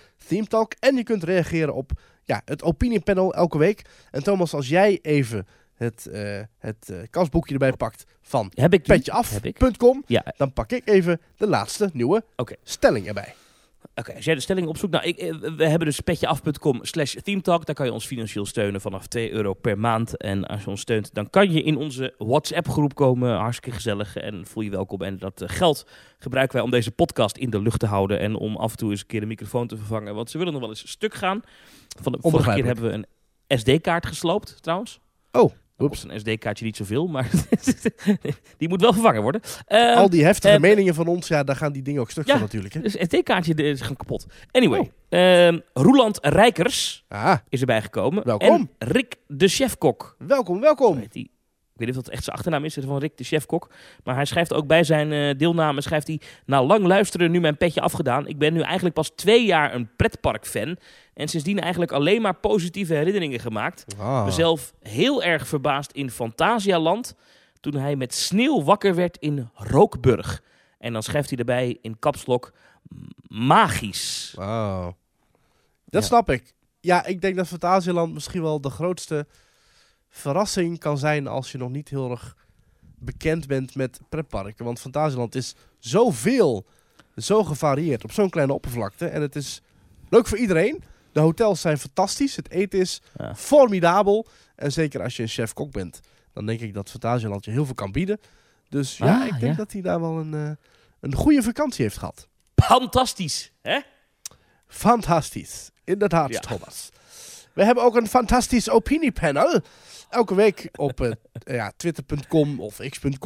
petjeaf.com/themetalk. En je kunt reageren op het opiniepanel elke week. En Thomas, als jij even het kasboekje erbij pakt van petjeaf.com, dan pak ik even de laatste nieuwe stelling erbij. Oké, als jij de stelling opzoekt. Nou, we hebben dus petjeaf.com/themetalk. Daar kan je ons financieel steunen vanaf €2 per maand. En als je ons steunt, dan kan je in onze WhatsApp-groep komen. Hartstikke gezellig en voel je welkom. En dat geld gebruiken wij om deze podcast in de lucht te houden. En om af en toe eens een keer de microfoon te vervangen. Want ze willen nog wel eens stuk gaan. Van de vorige keer hebben we een SD-kaart gesloopt, trouwens. Oh. Oeps, een SD-kaartje niet zoveel, maar die moet wel vervangen worden. Al die heftige meningen van ons, daar gaan die dingen ook stuk van natuurlijk. Hè? Dus SD-kaartje is gewoon kapot. Anyway, Roeland Rijkers is erbij gekomen. Welkom. En Rick de Chefkok. Welkom. Ik weet niet of dat echt zijn achternaam is, van Rick de Chefkok. Maar hij schrijft ook bij zijn deelname, na lang luisteren nu mijn petje afgedaan. Ik ben nu eigenlijk pas 2 jaar een pretpark-fan. En sindsdien eigenlijk alleen maar positieve herinneringen gemaakt. Mezelf heel erg verbaasd in Fantasialand. Toen hij met sneeuw wakker werd in Rookburg. En dan schrijft hij erbij in kapslok magisch. Wow. Dat snap ik. Ja, ik denk dat Fantasialand misschien wel de grootste verrassing kan zijn als je nog niet heel erg bekend bent met pretparken. Want Fantasialand is zoveel, zo gevarieerd op zo'n kleine oppervlakte. En het is leuk voor iedereen. De hotels zijn fantastisch. Het eten is formidabel. En zeker als je een chef-kok bent, dan denk ik dat Fantasialand je heel veel kan bieden. Dus ik denk dat hij daar wel een goede vakantie heeft gehad. Fantastisch, hè? Fantastisch. Inderdaad, Thomas. We hebben ook een fantastisch opiniepanel. Elke week op twitter.com of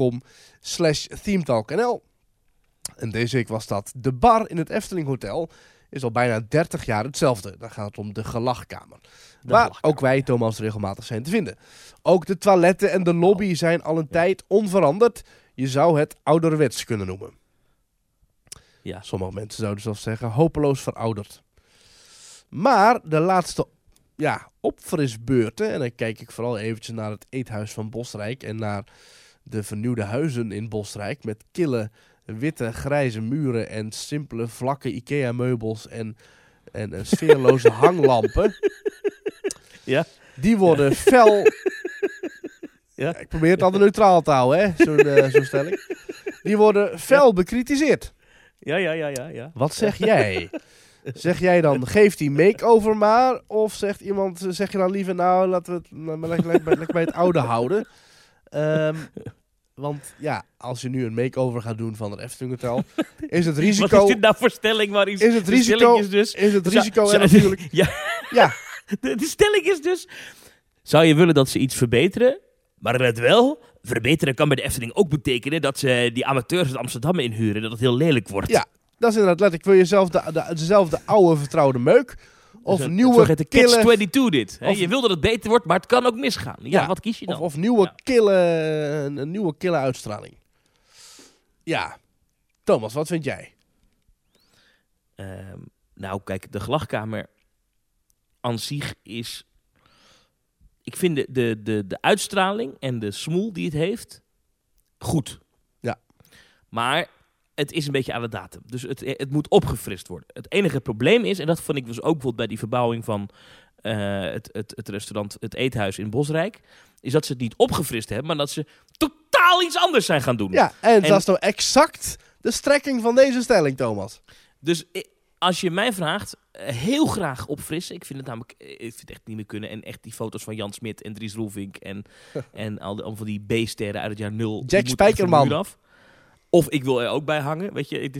x.com/themetalk.nl. En deze week was dat de bar in het Efteling Hotel. Is al bijna 30 jaar hetzelfde. Dan gaat het om de gelachkamer. Waar ook wij, Thomas, regelmatig zijn te vinden. Ook de toiletten en de lobby zijn al een tijd onveranderd. Je zou het ouderwets kunnen noemen. Ja. Sommige mensen zouden zelfs zeggen hopeloos verouderd. Maar de laatste opfrisbeurten, en dan kijk ik vooral eventjes naar het eethuis van Bosrijk en naar de vernieuwde huizen in Bosrijk met kille witte grijze muren en simpele vlakke IKEA-meubels en sfeerloze hanglampen. Ja. Die worden fel... Ja. Ik probeer het altijd neutraal te houden, hè? Zo'n stelling. Die worden fel bekritiseerd. Ja. Wat zeg jij? Zeg jij dan, geef die make-over maar? Of zeg je dan liever, nou, laten we het lekker bij het oude houden? Want als je nu een make-over gaat doen van het Efteling Hotel, is het risico... Wat is dit nou voor stelling? Is het risico en natuurlijk... Ja. De stelling is dus... Zou je willen dat ze iets verbeteren? Maar let wel, verbeteren kan bij de Efteling ook betekenen dat ze die amateurs uit Amsterdam inhuren, dat het heel lelijk wordt. Ja, dat is inderdaad letterlijk. Wil je zelf dezelfde oude vertrouwde meuk? Of een nieuwe catch-22 dit. Je wil dat het beter wordt, maar het kan ook misgaan. Ja, wat kies je dan? Of nieuwe een nieuwe kille uitstraling. Ja. Thomas, wat vind jij? Nou, kijk, de gelachkamer aan zich is... Ik vind de uitstraling en de smoel die het heeft goed. Ja. Maar het is een beetje aan de datum. Dus het moet opgefrist worden. Het enige probleem is, en dat vond ik dus ook bijvoorbeeld bij die verbouwing van het restaurant, het eethuis in Bosrijk, is dat ze het niet opgefrist hebben, maar dat ze totaal iets anders zijn gaan doen. Ja, en dat is nou exact de strekking van deze stelling, Thomas. Dus als je mij vraagt, heel graag opfrissen. Ik vind het namelijk echt niet meer kunnen. En echt die foto's van Jan Smit en Dries Roelvink en al van die B-sterren uit het jaar 0. Jack Spijkerman. Of ik wil er ook bij hangen. Weet je,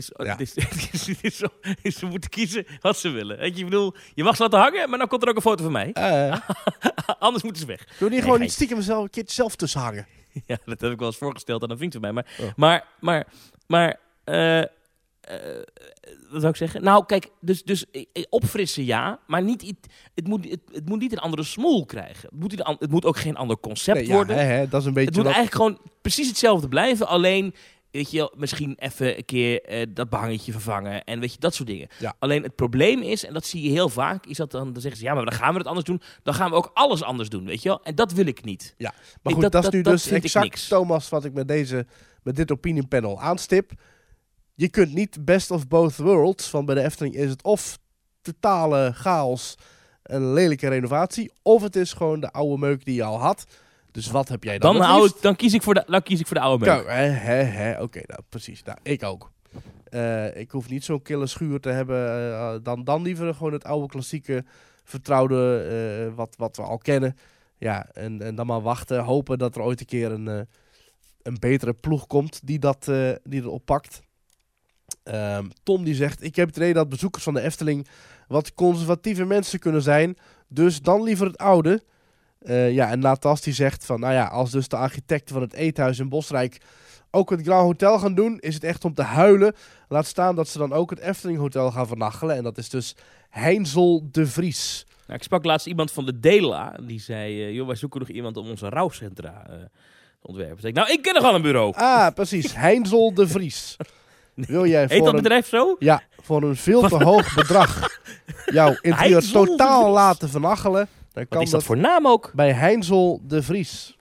ze moeten kiezen wat ze willen. Weet je, ik bedoel, je mag ze laten hangen, maar dan komt er ook een foto van mij. Anders moeten ze weg. Doe die gewoon niet stiekem een keertje zelf tussen hangen. Ja, dat heb ik wel eens voorgesteld aan een vriend van mij. Maar wat zou ik zeggen? Nou, kijk, dus opfrissen ja, maar niet, het moet niet een andere smoel krijgen. Het moet ook geen ander concept worden. Dat is een beetje het moet eigenlijk gewoon precies hetzelfde blijven, alleen... Weet je, misschien even een keer dat behangetje vervangen en weet je, dat soort dingen. Ja. Alleen het probleem is, en dat zie je heel vaak, is dat dan zeggen ze, ja, maar dan gaan we het anders doen. Dan gaan we ook alles anders doen, weet je wel. En dat wil ik niet. Ja, maar goed, dat is nu dus exact, Thomas, wat ik met dit opiniepanel aanstip. Je kunt niet best of both worlds, van bij de Efteling is het of totale chaos, een lelijke renovatie, of het is gewoon de oude meuk die je al had. Dus wat heb jij dan? Dan kies ik voor de oude meuk. Oké, nou precies. Nou, ik ook. Ik hoef niet zo'n kille schuur te hebben. Dan liever gewoon het oude klassieke vertrouwde wat we al kennen. Ja, en dan maar wachten. Hopen dat er ooit een keer een betere ploeg komt die er oppakt. Tom die zegt, ik heb het idee dat bezoekers van de Efteling wat conservatieve mensen kunnen zijn. Dus dan liever het oude. En Natas die zegt van, nou ja, als dus de architecten van het eethuis in Bosrijk ook het Grand Hotel gaan doen, is het echt om te huilen. Laat staan dat ze dan ook het Efteling Hotel gaan vernachelen. En dat is dus Heinzel de Vries. Nou, ik sprak laatst iemand van de Dela. Die zei, wij zoeken nog iemand om onze rouwcentra te ontwerpen. Zei ik ken nog al een bureau. Ah, precies. Heinzel de Vries. Wil jij heet dat bedrijf zo? Ja, voor een veel te hoog bedrag jouw interieur totaal laten vernachelen. Dan kan Wat is dat voor naam ook? Bij Heinzel de Vries.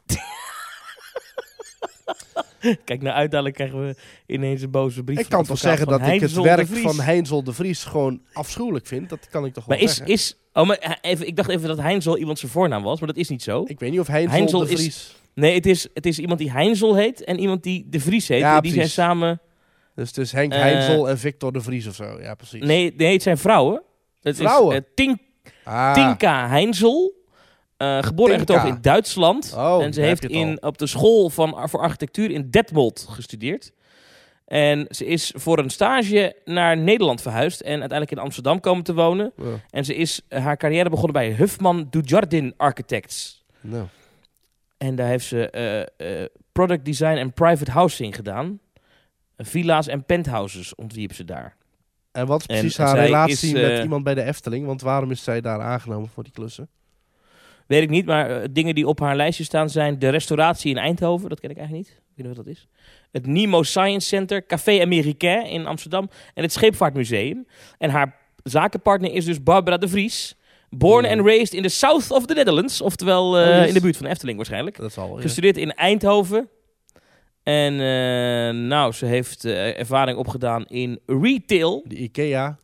Kijk, uiteindelijk krijgen we ineens een boze brief. Ik kan toch zeggen dat ik het werk van Heinzel de Vries gewoon afschuwelijk vind. Dat kan ik toch wel zeggen. Ik dacht even dat Heinzel iemand zijn voornaam was, maar dat is niet zo. Ik weet niet of Heinzel de Vries... Nee, het is iemand die Heinzel heet en iemand die de Vries heet. Ja, die zijn samen... Dus het is Henk Heinzel en Victor de Vries of zo. Ja, precies. Nee, het zijn vrouwen. Het vrouwen? Is Tinka Heinzel. Geboren en getogen in Duitsland. En ze heeft op de school voor architectuur in Detmold gestudeerd. En ze is voor een stage naar Nederland verhuisd. En uiteindelijk in Amsterdam komen te wonen. Ja. En ze is haar carrière begonnen bij Huffman Dujardin Architects. No. En daar heeft ze product design en private housing gedaan. Villa's en penthouses ontwierp ze daar. En wat is precies haar relatie met iemand bij de Efteling? Want waarom is zij daar aangenomen voor die klussen? Weet ik niet, maar dingen die op haar lijstje staan zijn de restauratie in Eindhoven. Dat ken ik eigenlijk niet. Ik weet niet wat dat is. Het Nemo Science Center, Café Américain in Amsterdam en het Scheepvaartmuseum. En haar zakenpartner is dus Barbara de Vries. Born and raised in the south of the Netherlands. Oftewel in de buurt van Efteling waarschijnlijk. Dat zal wel, gestudeerd in Eindhoven. En ze heeft ervaring opgedaan in retail. De IKEA.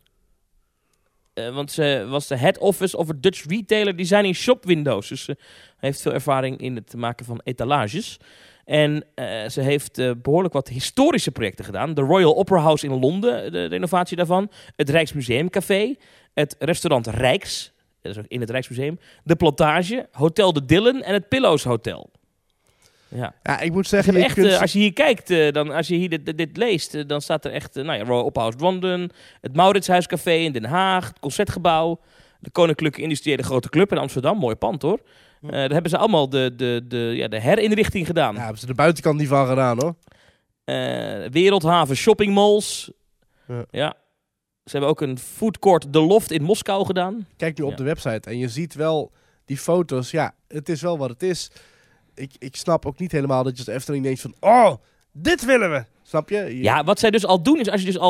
Want ze was de head office of a Dutch retailer designing shop windows. Dus ze heeft veel ervaring in het maken van etalages. En ze heeft behoorlijk wat historische projecten gedaan. De Royal Opera House in Londen, de renovatie daarvan. Het Rijksmuseumcafé. Het restaurant Rijks, dat is ook in het Rijksmuseum. De Plantage, Hotel de Dillen en het Pillows Hotel. Ja, ik moet zeggen... als je hier kijkt, als je hier dit leest, dan staat er echt... Royal Opera House London, het Mauritshuiscafé in Den Haag, het Concertgebouw, de Koninklijke Industriële Grote Club in Amsterdam. Mooi pand, hoor. Daar hebben ze allemaal de herinrichting gedaan. Ja, hebben ze de buitenkant niet van gedaan, hoor. Wereldhaven shoppingmalls. Ja. Ze hebben ook een foodcourt De Loft in Moskou gedaan. Kijk nu op de website en je ziet wel die foto's. Ja, het is wel wat het is. Ik snap ook niet helemaal dat je als Efteling denkt van... Oh, dit willen we! Snap je? Ja, wat zij dus al doen is... Als je dus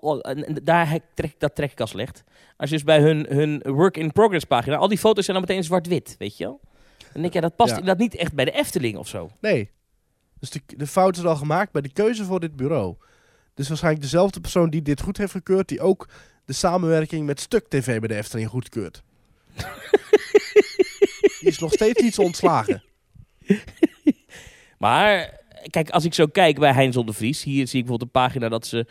dat trek ik al slecht. Als je dus bij hun work-in-progress pagina... Al die foto's zijn dan meteen zwart-wit, weet je wel? Dan denk je, dat past inderdaad niet echt bij de Efteling of zo. Nee. Dus de fout is al gemaakt bij de keuze voor dit bureau. Dus waarschijnlijk dezelfde persoon die dit goed heeft gekeurd... die ook de samenwerking met Stuk TV bij de Efteling goedkeurt. Die is nog steeds niet zo ontslagen. Maar, kijk, als ik zo kijk bij Heinzel de Vries... Hier zie ik bijvoorbeeld een pagina dat ze...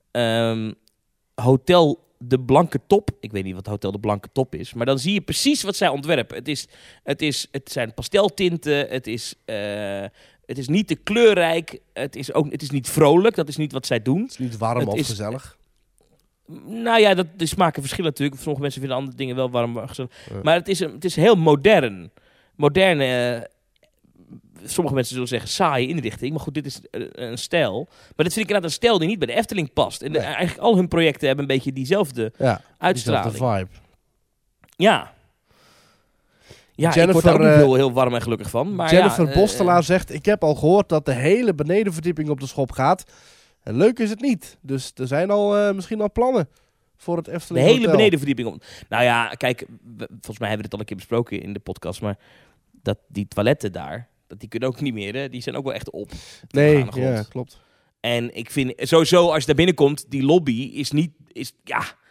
Hotel de Blanke Top... Ik weet niet wat Hotel de Blanke Top is... Maar dan zie je precies wat zij ontwerpen. Het zijn pasteltinten. Het is niet te kleurrijk. Het is niet vrolijk. Dat is niet wat zij doen. Het is niet warm of gezellig. Nou ja, de smaken verschillen natuurlijk. Sommige mensen vinden andere dingen wel warm of gezellig. Ja. Maar het is heel modern. Moderne... Sommige mensen zullen zeggen saaie inrichting. Maar goed, dit is een stijl. Maar dit vind ik inderdaad een stijl die niet bij de Efteling past. En eigenlijk al hun projecten hebben een beetje diezelfde uitstraling. Diezelfde vibe. Ja. Ja, Jennifer, ik word daar ook niet heel warm en gelukkig van. Maar Jennifer Bostelaar zegt... Ik heb al gehoord dat de hele benedenverdieping op de schop gaat. En leuk is het niet. Dus er zijn misschien al plannen voor het Efteling De hele Hotel. benedenverdieping op. Nou ja, kijk. Volgens mij hebben we het al een keer besproken in de podcast. Maar die toiletten daar... Die kunnen ook niet meer, hè? Die zijn ook wel echt op. Nee, ja, klopt. En ik vind sowieso, als je daar binnenkomt, die lobby is niet...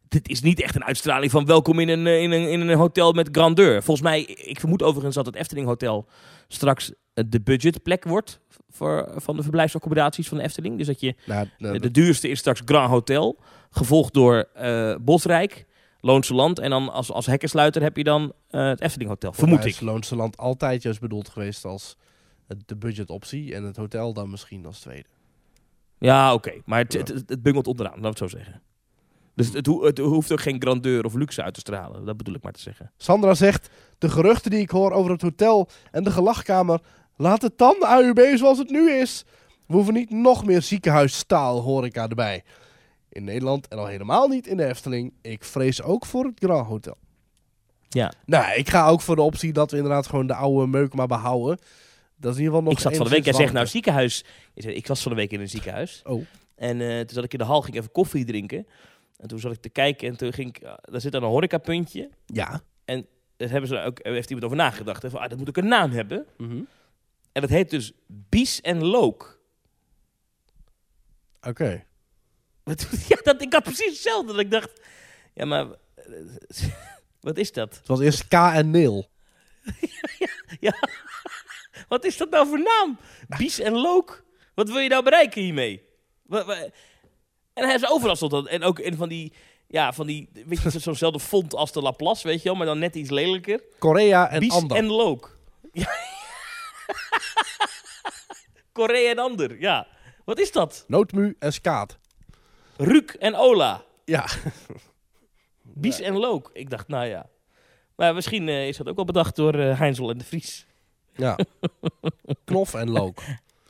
dit is niet echt een uitstraling van welkom in een hotel met grandeur. Volgens mij, ik vermoed overigens dat het Efteling Hotel straks de budgetplek wordt van de verblijfsaccommodaties van de Efteling. Dus dat je de duurste is straks Grand Hotel, gevolgd door Bosrijk, Loonse Land. En dan als hekkensluiter heb je dan het Efteling Hotel, vermoed ik. Is Loonse Land altijd juist bedoeld geweest als de budgetoptie en het hotel dan misschien als tweede. Ja, oké. Maar het bungelt onderaan, laat ik het zo zeggen. Dus het hoeft ook geen grandeur of luxe uit te stralen. Dat bedoel ik maar te zeggen. Sandra zegt, de geruchten die ik hoor over het hotel en de gelachkamer, laat het dan AUB zoals het nu is. We hoeven niet nog meer ziekenhuisstaal horeca erbij. In Nederland en al helemaal niet in de Efteling. Ik vrees ook voor het Grand Hotel. Ja. Nou, ik ga ook voor de optie dat we inderdaad gewoon de oude meuk maar behouden. Dat is in ieder geval nog. Ik zat van de week, jij zegt nou ziekenhuis. Ik was van de week in een ziekenhuis. Oh. En toen zat ik in de hal, ging even koffie drinken. En toen zat ik te kijken en toen ging ik, daar zit dan een horecapuntje. Ja. En daar heeft iemand over nagedacht. Van, dat moet ook een naam hebben. Mm-hmm. En dat heet dus Bies en Look. Oké. Ja, ik had precies hetzelfde. Dat ik dacht, ja maar, wat is dat? Het was eerst K en Neel. ja. Wat is dat nou voor naam? Bies en Look. Wat wil je nou bereiken hiermee? En hij is overal stond dat. En ook een van die, weet je, zo'nzelfde font als de Laplace, weet je wel, maar dan net iets lelijker. Korea en Bies Ander. en Look. Ja. Korea en Ander, ja. Wat is dat? Nootmu en Skaat. Ruuk en Ola. Ja. Bies en Look. Ik dacht, nou ja. Maar misschien is dat ook wel bedacht door Heinzel en de Vries. Ja. Knof en Look.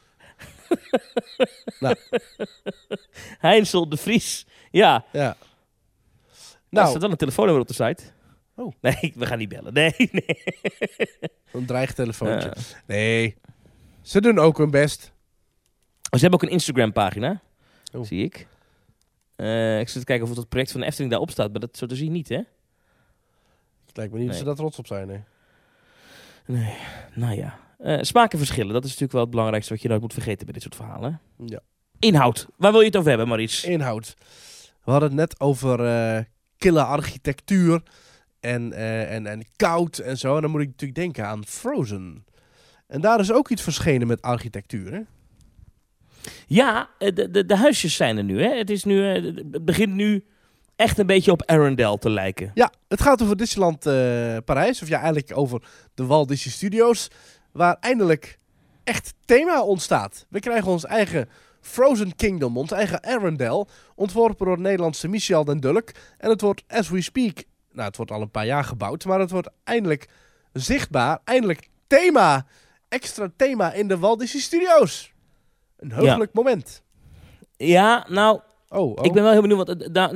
Nou. Heinzel de Vries. Ja. Ja. Nou. Er staat wel een telefoonnummer op de site. Oh. Nee, we gaan niet bellen. Nee. Een dreigtelefoontje. Nee. Ze doen ook hun best. Ze hebben ook een Instagram pagina. Oh. Zie ik. Ik zit te kijken of het project van de Efteling daarop staat. Maar dat zo te zien niet, hè? Het lijkt me niet dat ze daar trots op zijn, nee. Nee, nou ja. Smaken verschillen, dat is natuurlijk wel het belangrijkste wat je nooit moet vergeten bij dit soort verhalen. Ja. Inhoud. Waar wil je het over hebben, Maurice? Inhoud. We hadden het net over kille architectuur en koud en zo. En dan moet ik natuurlijk denken aan Frozen. En daar is ook iets verschenen met architectuur, hè? Ja, de huisjes zijn er nu, hè? Het begint nu echt een beetje op Arendelle te lijken. Ja, het gaat over Disneyland Parijs. Of ja, eigenlijk over de Walt Disney Studios. Waar eindelijk echt thema ontstaat. We krijgen ons eigen Frozen Kingdom. Ons eigen Arendelle. Ontworpen door het Nederlandse Michel den Dulk. En het wordt, as we speak... Nou, het wordt al een paar jaar gebouwd. Maar het wordt eindelijk zichtbaar. Eindelijk thema. Extra thema in de Walt Disney Studios. Een heugelijk moment. Ja, nou... Oh. Ik ben wel heel benieuwd.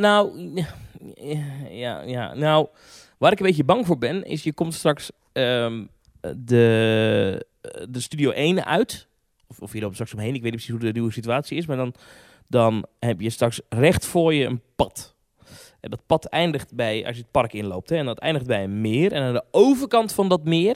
Nou, waar ik een beetje bang voor ben, is je komt straks de Studio 1 uit. Of je loopt straks omheen. Ik weet niet precies hoe de nieuwe situatie is. Maar dan heb je straks recht voor je een pad. En dat pad eindigt bij, als je het park inloopt, hè, en dat eindigt bij een meer. En aan de overkant van dat meer,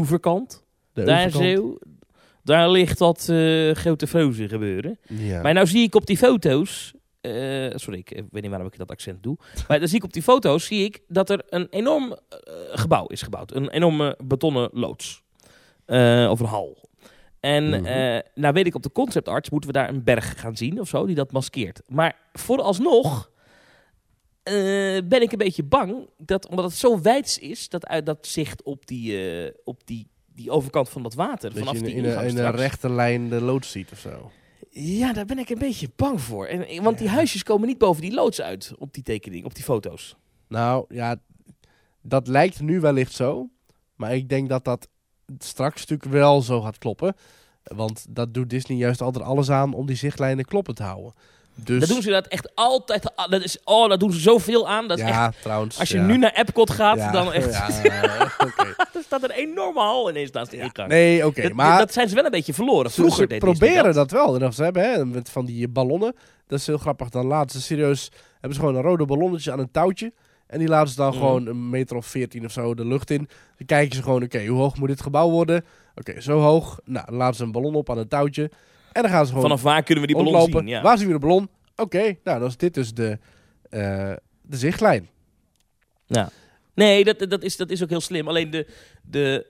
daar ligt dat grote Frozen gebeuren. Ja. Maar nou zie ik op die foto's... sorry, ik weet niet waarom ik dat accent doe. Maar dan zie ik op die foto's dat er een enorm gebouw is gebouwd. Een enorme betonnen loods. Of een hal. En nou weet ik, op de conceptarts moeten we daar een berg gaan zien of zo, die dat maskeert. Maar vooralsnog ben ik een beetje bang, omdat het zo wijds is, dat uit dat zicht op die overkant van dat water. Dat vanaf je die in een rechte lijn de loods ziet of zo. Ja, daar ben ik een beetje bang voor. Want die huisjes komen niet boven die loods uit op die tekening, op die foto's. Nou, ja, dat lijkt nu wellicht zo. Maar ik denk dat dat straks natuurlijk wel zo gaat kloppen. Want dat doet Disney juist altijd alles aan om die zichtlijnen kloppend te houden. Dus... Dat doen ze dat echt altijd. Dat doen ze zoveel aan. Dat is echt, trouwens. Als je nu naar Epcot gaat, dan echt... Okay. Er staat een enorme hal ineens naast de ingang. Nee, oké. Maar dat zijn ze wel een beetje verloren. Vroeger ze proberen dat wel. En ze hebben met van die ballonnen. Dat is heel grappig. Dan laten ze serieus... Hebben ze gewoon een rode ballonnetje aan een touwtje. En die laten ze dan gewoon een meter of 14 of zo de lucht in. Dan kijken ze gewoon, oké, hoe hoog moet dit gebouw worden? Oké, zo hoog. Nou, dan laten ze een ballon op aan een touwtje. En dan gaan ze gewoon... Vanaf waar kunnen we die ballon zien? Ja. Waar zien we de ballon? Oké, nou, dan is dit dus de de zichtlijn. Ja. Nee, dat is ook heel slim. Alleen de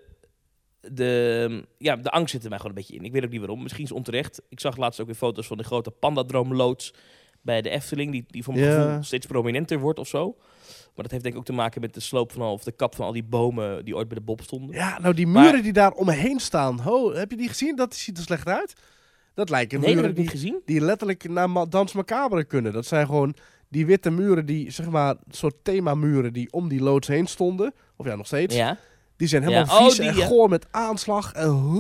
angst zit er mij gewoon een beetje in. Ik weet ook niet waarom. Misschien is het onterecht. Ik zag laatst ook weer foto's van de grote Pandadroom-loods bij de Efteling, die voor mijn gevoel steeds prominenter wordt of zo. Maar dat heeft denk ik ook te maken met de sloop of de kap van al die bomen die ooit bij de Bob stonden. Ja, nou die muren die daar omheen staan. Heb je die gezien? Dat ziet er slecht uit. Dat lijken muren dat heb ik niet gezien. Die letterlijk naar Dans Macabre kunnen. Dat zijn gewoon die witte muren die, zeg maar, soort themamuren die om die loods heen stonden. Of ja, nog steeds. Ja. Die zijn helemaal vies en goor met aanslag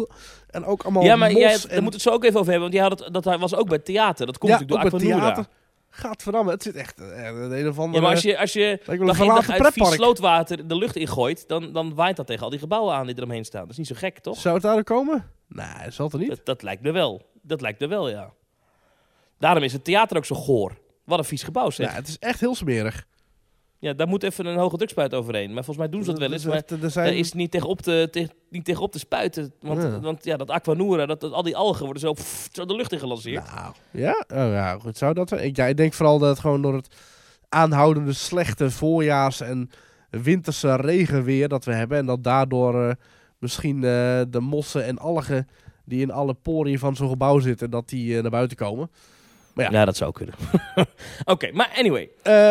en ook allemaal ja, maar mos. Daar moet het zo ook even over hebben, want dat was ook bij het theater. Dat komt natuurlijk door Aquanura. Gadverdamme, het zit echt een of andere... Ja, maar als je dag uit vies slootwater de lucht ingooit, dan waait dat tegen al die gebouwen aan die er omheen staan. Dat is niet zo gek, toch? Zou het daar komen? Nee, dat zal het er niet. Dat lijkt me wel. Dat lijkt me wel, ja. Daarom is het theater ook zo goor. Wat een vies gebouw, zeg. Ja, het is echt heel smerig. Ja, daar moet even een hoge drukspuit overheen. Maar volgens mij doen ze dat wel eens. Maar daar is niet tegenop te spuiten. Want dat Aquanura, al die algen worden zo de lucht in gelanceerd. Nou, ja? Oh, ja, goed. Zou dat wel? Ik denk vooral dat het gewoon door het aanhoudende slechte voorjaars- en winterse regenweer dat we hebben. En dat daardoor misschien de mossen en algen die in alle poriën van zo'n gebouw zitten, dat die naar buiten komen. Maar ja, dat zou kunnen. Oké, maar anyway.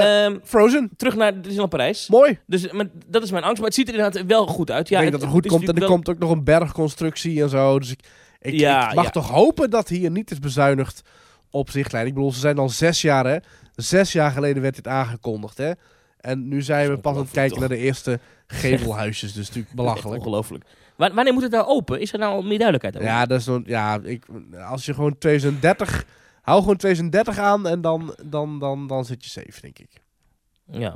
Frozen. Terug naar Disneyland Parijs. Mooi. Dus dat is mijn angst, maar het ziet er inderdaad wel goed uit. Ja, ik denk dat het goed komt. En er komt ook nog een bergconstructie en zo. Dus ik mag toch hopen dat hier niet is bezuinigd op zichtlijn. Ik bedoel, ze zijn al 6 jaar, hè. 6 jaar geleden werd dit aangekondigd, hè. En nu zijn we pas aan het kijken naar de eerste gevelhuisjes. Dus natuurlijk belachelijk. Ongelooflijk. Wanneer moet het nou open? Is er nou meer duidelijkheid over? Ja, dat is als je gewoon 2030... Hou gewoon 2030 aan en dan zit je safe, denk ik. Ja.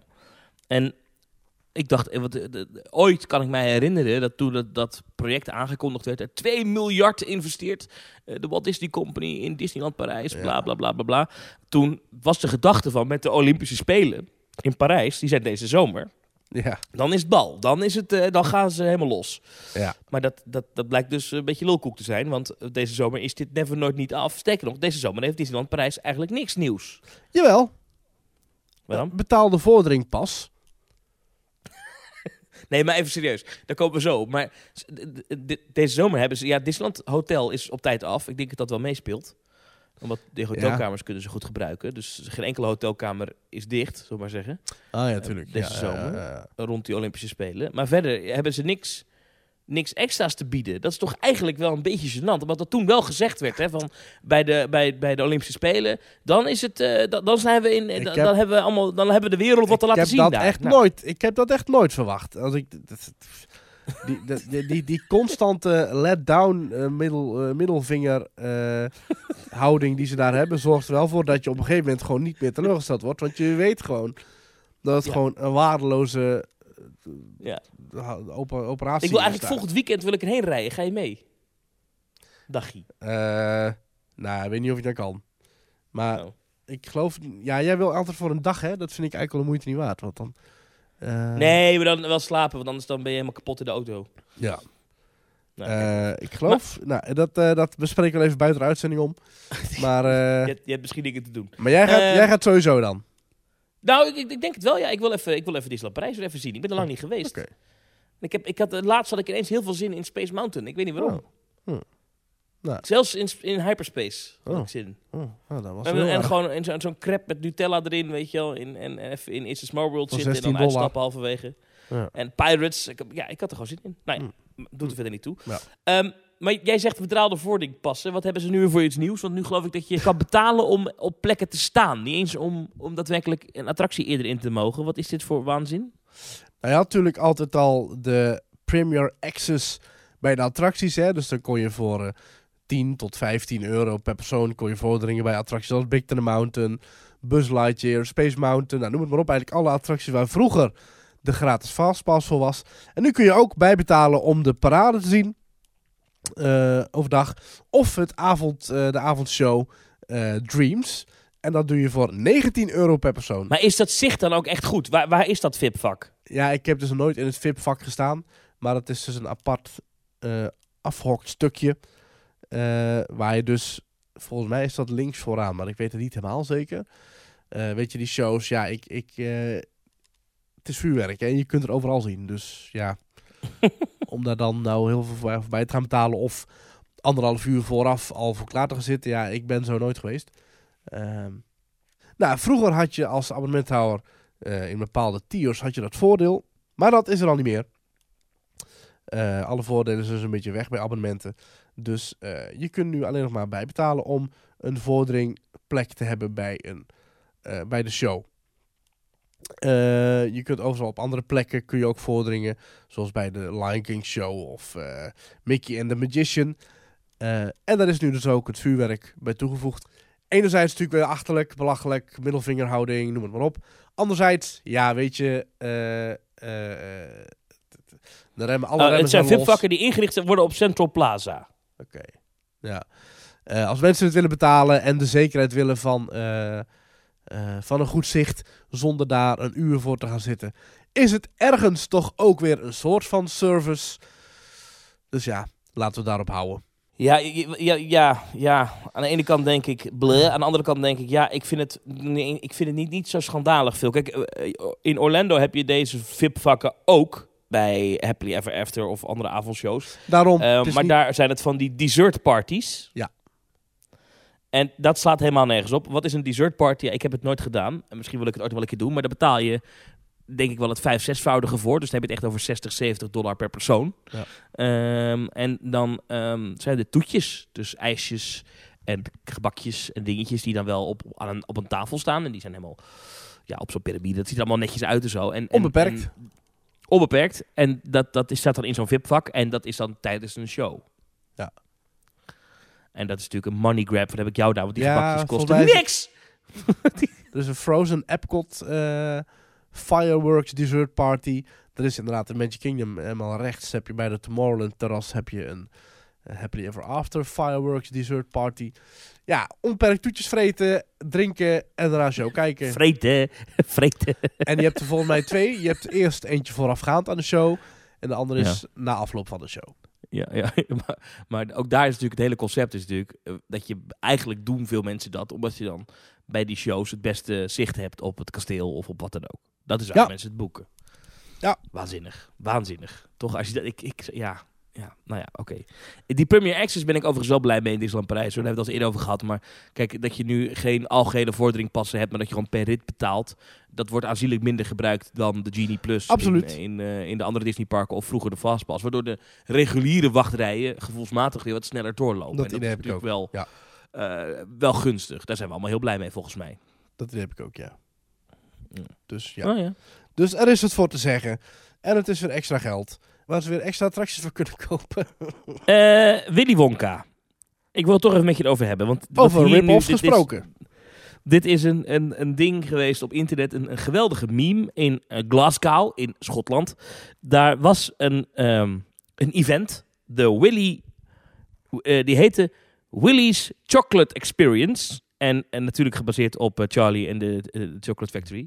En ik dacht, ooit kan ik mij herinneren dat toen dat project aangekondigd werd, er 2 miljard geïnvesteerd, de Walt Disney Company in Disneyland Parijs, bla bla bla bla bla. Toen was de gedachte van met de Olympische Spelen in Parijs, die zijn deze zomer. Ja. Dan is het bal. Dan gaan ze helemaal los. Ja. Maar dat blijkt dus een beetje lulkoek te zijn. Want deze zomer is dit never nooit niet af. Sterker nog, deze zomer heeft Disneyland Parijs eigenlijk niks nieuws. Jawel. Waarom? Betaalde vordering pas. Nee, maar even serieus. Daar komen we zo. Maar deze zomer hebben ze... Ja, Disneyland Hotel is op tijd af. Ik denk dat dat wel meespeelt. Omdat de hotelkamers kunnen ze goed gebruiken. Dus geen enkele hotelkamer is dicht, zullen we maar zeggen. Ah ja, tuurlijk. Deze zomer, rond die Olympische Spelen. Maar verder hebben ze niks extra's te bieden. Dat is toch eigenlijk wel een beetje gênant. Omdat dat toen wel gezegd werd, hè, van bij de Olympische Spelen. Dan is het, dan zijn we in, dan hebben we de wereld wat te laten zien daar. Ik heb dat echt nooit verwacht. Als ik... Die constante let-down middelvinger houding die ze daar hebben, zorgt er wel voor dat je op een gegeven moment gewoon niet meer teleurgesteld wordt. Want je weet gewoon dat het gewoon een waardeloze operatie is. Ik wil eigenlijk volgend weekend erheen rijden. Ga je mee? Dagje. Ik weet niet of je dat kan. Maar ik geloof... Ja, jij wil altijd voor een dag, hè? Dat vind ik eigenlijk wel de moeite niet waard. Want dan... nee, maar dan wel slapen, want anders ben je helemaal kapot in de auto. Ja. Ik geloof... dat bespreken we even buiten de uitzending om. Maar... je hebt misschien dingen te doen. Maar jij gaat sowieso dan? Nou, ik denk het wel, ja. Ik wil even Disneyland Parijs weer even zien. Ik ben er lang niet geweest. Okay. Laatst had ik ineens heel veel zin in Space Mountain. Ik weet niet waarom. Nou. Zelfs in Hyperspace had ik zin. Dat was en gewoon in zo'n crepe met Nutella erin, weet je wel. En even in It's a Small World zitten en dan uitstappen halverwege. Ja. En Pirates. Ik had er gewoon zin in. Nou ja, doet er verder niet toe. Ja. Maar jij zegt betaalde vordering passen. Wat hebben ze nu voor iets nieuws? Want nu geloof ik dat je kan betalen om op plekken te staan. Niet eens om daadwerkelijk een attractie eerder in te mogen. Wat is dit voor waanzin? Nou, je had natuurlijk altijd al de Premier Access bij de attracties. Hè? Dus dan kon je voor 10 tot 15 euro per persoon kon je vorderingen bij attracties zoals Big Thunder Mountain, Buzz Lightyear, Space Mountain. Nou, noem het maar op. Eigenlijk alle attracties waar vroeger de gratis fastpass voor was. En nu kun je ook bijbetalen om de parade te zien. Overdag. Of de avondshow Dreams. En dat doe je voor 19 euro per persoon. Maar is dat zicht dan ook echt goed? Waar is dat VIP-vak? Ja, ik heb dus nog nooit in het VIP-vak gestaan. Maar het is dus een apart afgehokt stukje. Waar je dus... Volgens mij is dat links vooraan. Maar ik weet het niet helemaal zeker. weet je, die shows, ja, het is vuurwerk en je kunt het overal zien. Dus ja, om daar dan nou heel veel voor bij te gaan betalen of 1,5 uur vooraf al voor klaar te gaan zitten, ja, ik ben zo nooit geweest. Nou, vroeger had je als abonnementhouder in bepaalde tiers had je dat voordeel, maar dat is er al niet meer. Alle voordelen zijn dus een beetje weg bij abonnementen. Dus je kunt nu alleen nog maar bijbetalen om een vorderingplek te hebben bij de show. Je kunt overal op andere plekken kun je ook vorderingen, zoals bij de Lion King Show of Mickey and the Magician. En daar is nu dus ook het vuurwerk bij toegevoegd. Enerzijds natuurlijk weer achterlijk, belachelijk, middelvingerhouding, noem het maar op. Anderzijds, ja, weet je, de remmen, alle remmen het zijn los. VIP-vakken die ingericht worden op Central Plaza. Oké, ja. Als mensen het willen betalen en de zekerheid willen van een goed zicht, zonder daar een uur voor te gaan zitten, is het ergens toch ook weer een soort van service. Dus ja, laten we daarop houden. Ja. Aan de ene kant denk ik bleh. Aan de andere kant denk ik, ja, ik vind het niet zo schandalig veel. Kijk, in Orlando heb je deze VIP-vakken ook bij Happily Ever After of andere avondshows. Daarom. Maar daar zijn het van die dessert parties. Ja. En dat slaat helemaal nergens op. Wat is een dessert party? Ja, ik heb het nooit gedaan. En misschien wil ik het ooit wel een keer doen. Maar daar betaal je, denk ik wel, het 5-6voudige voor. Dus dan heb je het echt over $60-70 per persoon. Ja. En dan zijn er toetjes. Dus ijsjes en gebakjes en dingetjes die dan wel op een tafel staan. En die zijn helemaal op zo'n piramide. Dat ziet er allemaal netjes uit en zo. Onbeperkt. Onbeperkt. En dat staat dan in zo'n VIP-vak. En dat is dan tijdens een show. Ja. En dat is natuurlijk een money grab. Wat heb ik jou daar? Want die gebakjes kosten niks! Er is een Frozen Epcot Fireworks Dessert Party. Er is inderdaad in Magic Kingdom helemaal rechts. Heb je bij de Tomorrowland terras heb je een Happily Ever After Fireworks Dessert Party. Ja, onbeperkt toetjes vreten, drinken en daarna show kijken. Vreten. En je hebt er volgens mij 2. Je hebt eerst eentje voorafgaand aan de show. En de andere is na afloop van de show. Ja. Maar ook daar is natuurlijk het hele concept is natuurlijk dat je eigenlijk doen veel mensen dat, omdat je dan bij die shows het beste zicht hebt op het kasteel of op wat dan ook. Dat is waar mensen het boeken. Ja. Waanzinnig. Toch, als je dat, oké. Die Premier Access ben ik overigens wel blij mee in Disneyland Parijs. Daar hebben we het al eerder over gehad. Maar kijk, dat je nu geen algehele vorderingpassen hebt, maar dat je gewoon per rit betaalt. Dat wordt aanzienlijk minder gebruikt dan de Genie Plus. Absoluut. In de andere Disneyparken of vroeger de Fastpass. Waardoor de reguliere wachtrijen gevoelsmatig weer wat sneller doorlopen. Dat is natuurlijk wel gunstig. Daar zijn we allemaal heel blij mee volgens mij. Dat heb ik ook, ja. Dus ja. Oh, ja. Dus er is het voor te zeggen. En het is weer extra geld. Waar ze weer extra attracties voor kunnen kopen. Willy Wonka. Ik wil het toch even met je over hebben. Want over rip-offs gesproken. Dit is een ding geweest op internet. Een geweldige meme in Glasgow in Schotland. Daar was een event. De Willy... die heette Willy's Chocolate Experience. En natuurlijk gebaseerd op Charlie en de Chocolate Factory.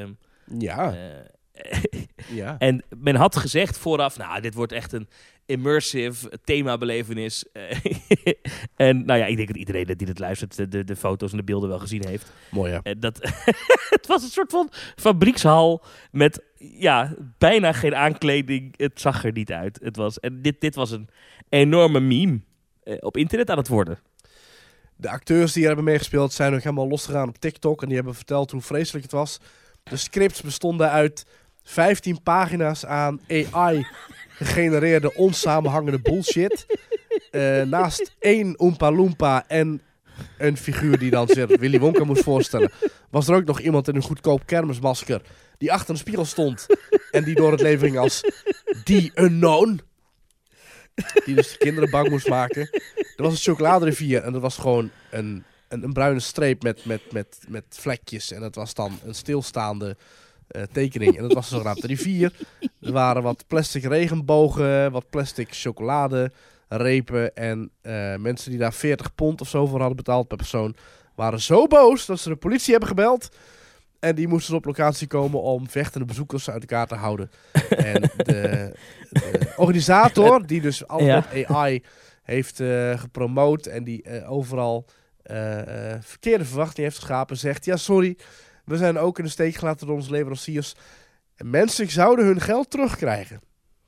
Ja. En men had gezegd vooraf, dit wordt echt een immersive themabelevenis. En ik denk dat iedereen die dit luistert de foto's en de beelden wel gezien heeft. Mooi, ja. Het was een soort van fabriekshal met bijna geen aankleding. Het zag er niet uit. Dit was een enorme meme op internet aan het worden. De acteurs die er hebben meegespeeld zijn ook helemaal losgegaan op TikTok. En die hebben verteld hoe vreselijk het was. De scripts bestonden uit 15 pagina's aan AI-gegenereerde onsamenhangende bullshit. Naast 1 Oompa Loompa en een figuur die dan zich Willy Wonka moest voorstellen, was er ook nog iemand in een goedkoop kermismasker die achter een spiegel stond en die door het leven ging als The Unknown. Die dus de kinderen bang moest maken. Er was een chocoladerivier en dat was gewoon een bruine streep met vlekjes. En dat was dan een stilstaande tekening. En dat was een zogenaamde rivier. Er waren wat plastic regenbogen, wat plastic chocoladerepen. En mensen die daar 40 pond of zo voor hadden betaald per persoon, waren zo boos dat ze de politie hebben gebeld. En die moesten op locatie komen om vechtende bezoekers uit elkaar te houden. En de organisator, die dus altijd AI heeft gepromoot en die overal verkeerde verwachting heeft geschapen, zegt, ja sorry, We zijn ook in de steek gelaten door onze leveranciers. En mensen zouden hun geld terugkrijgen.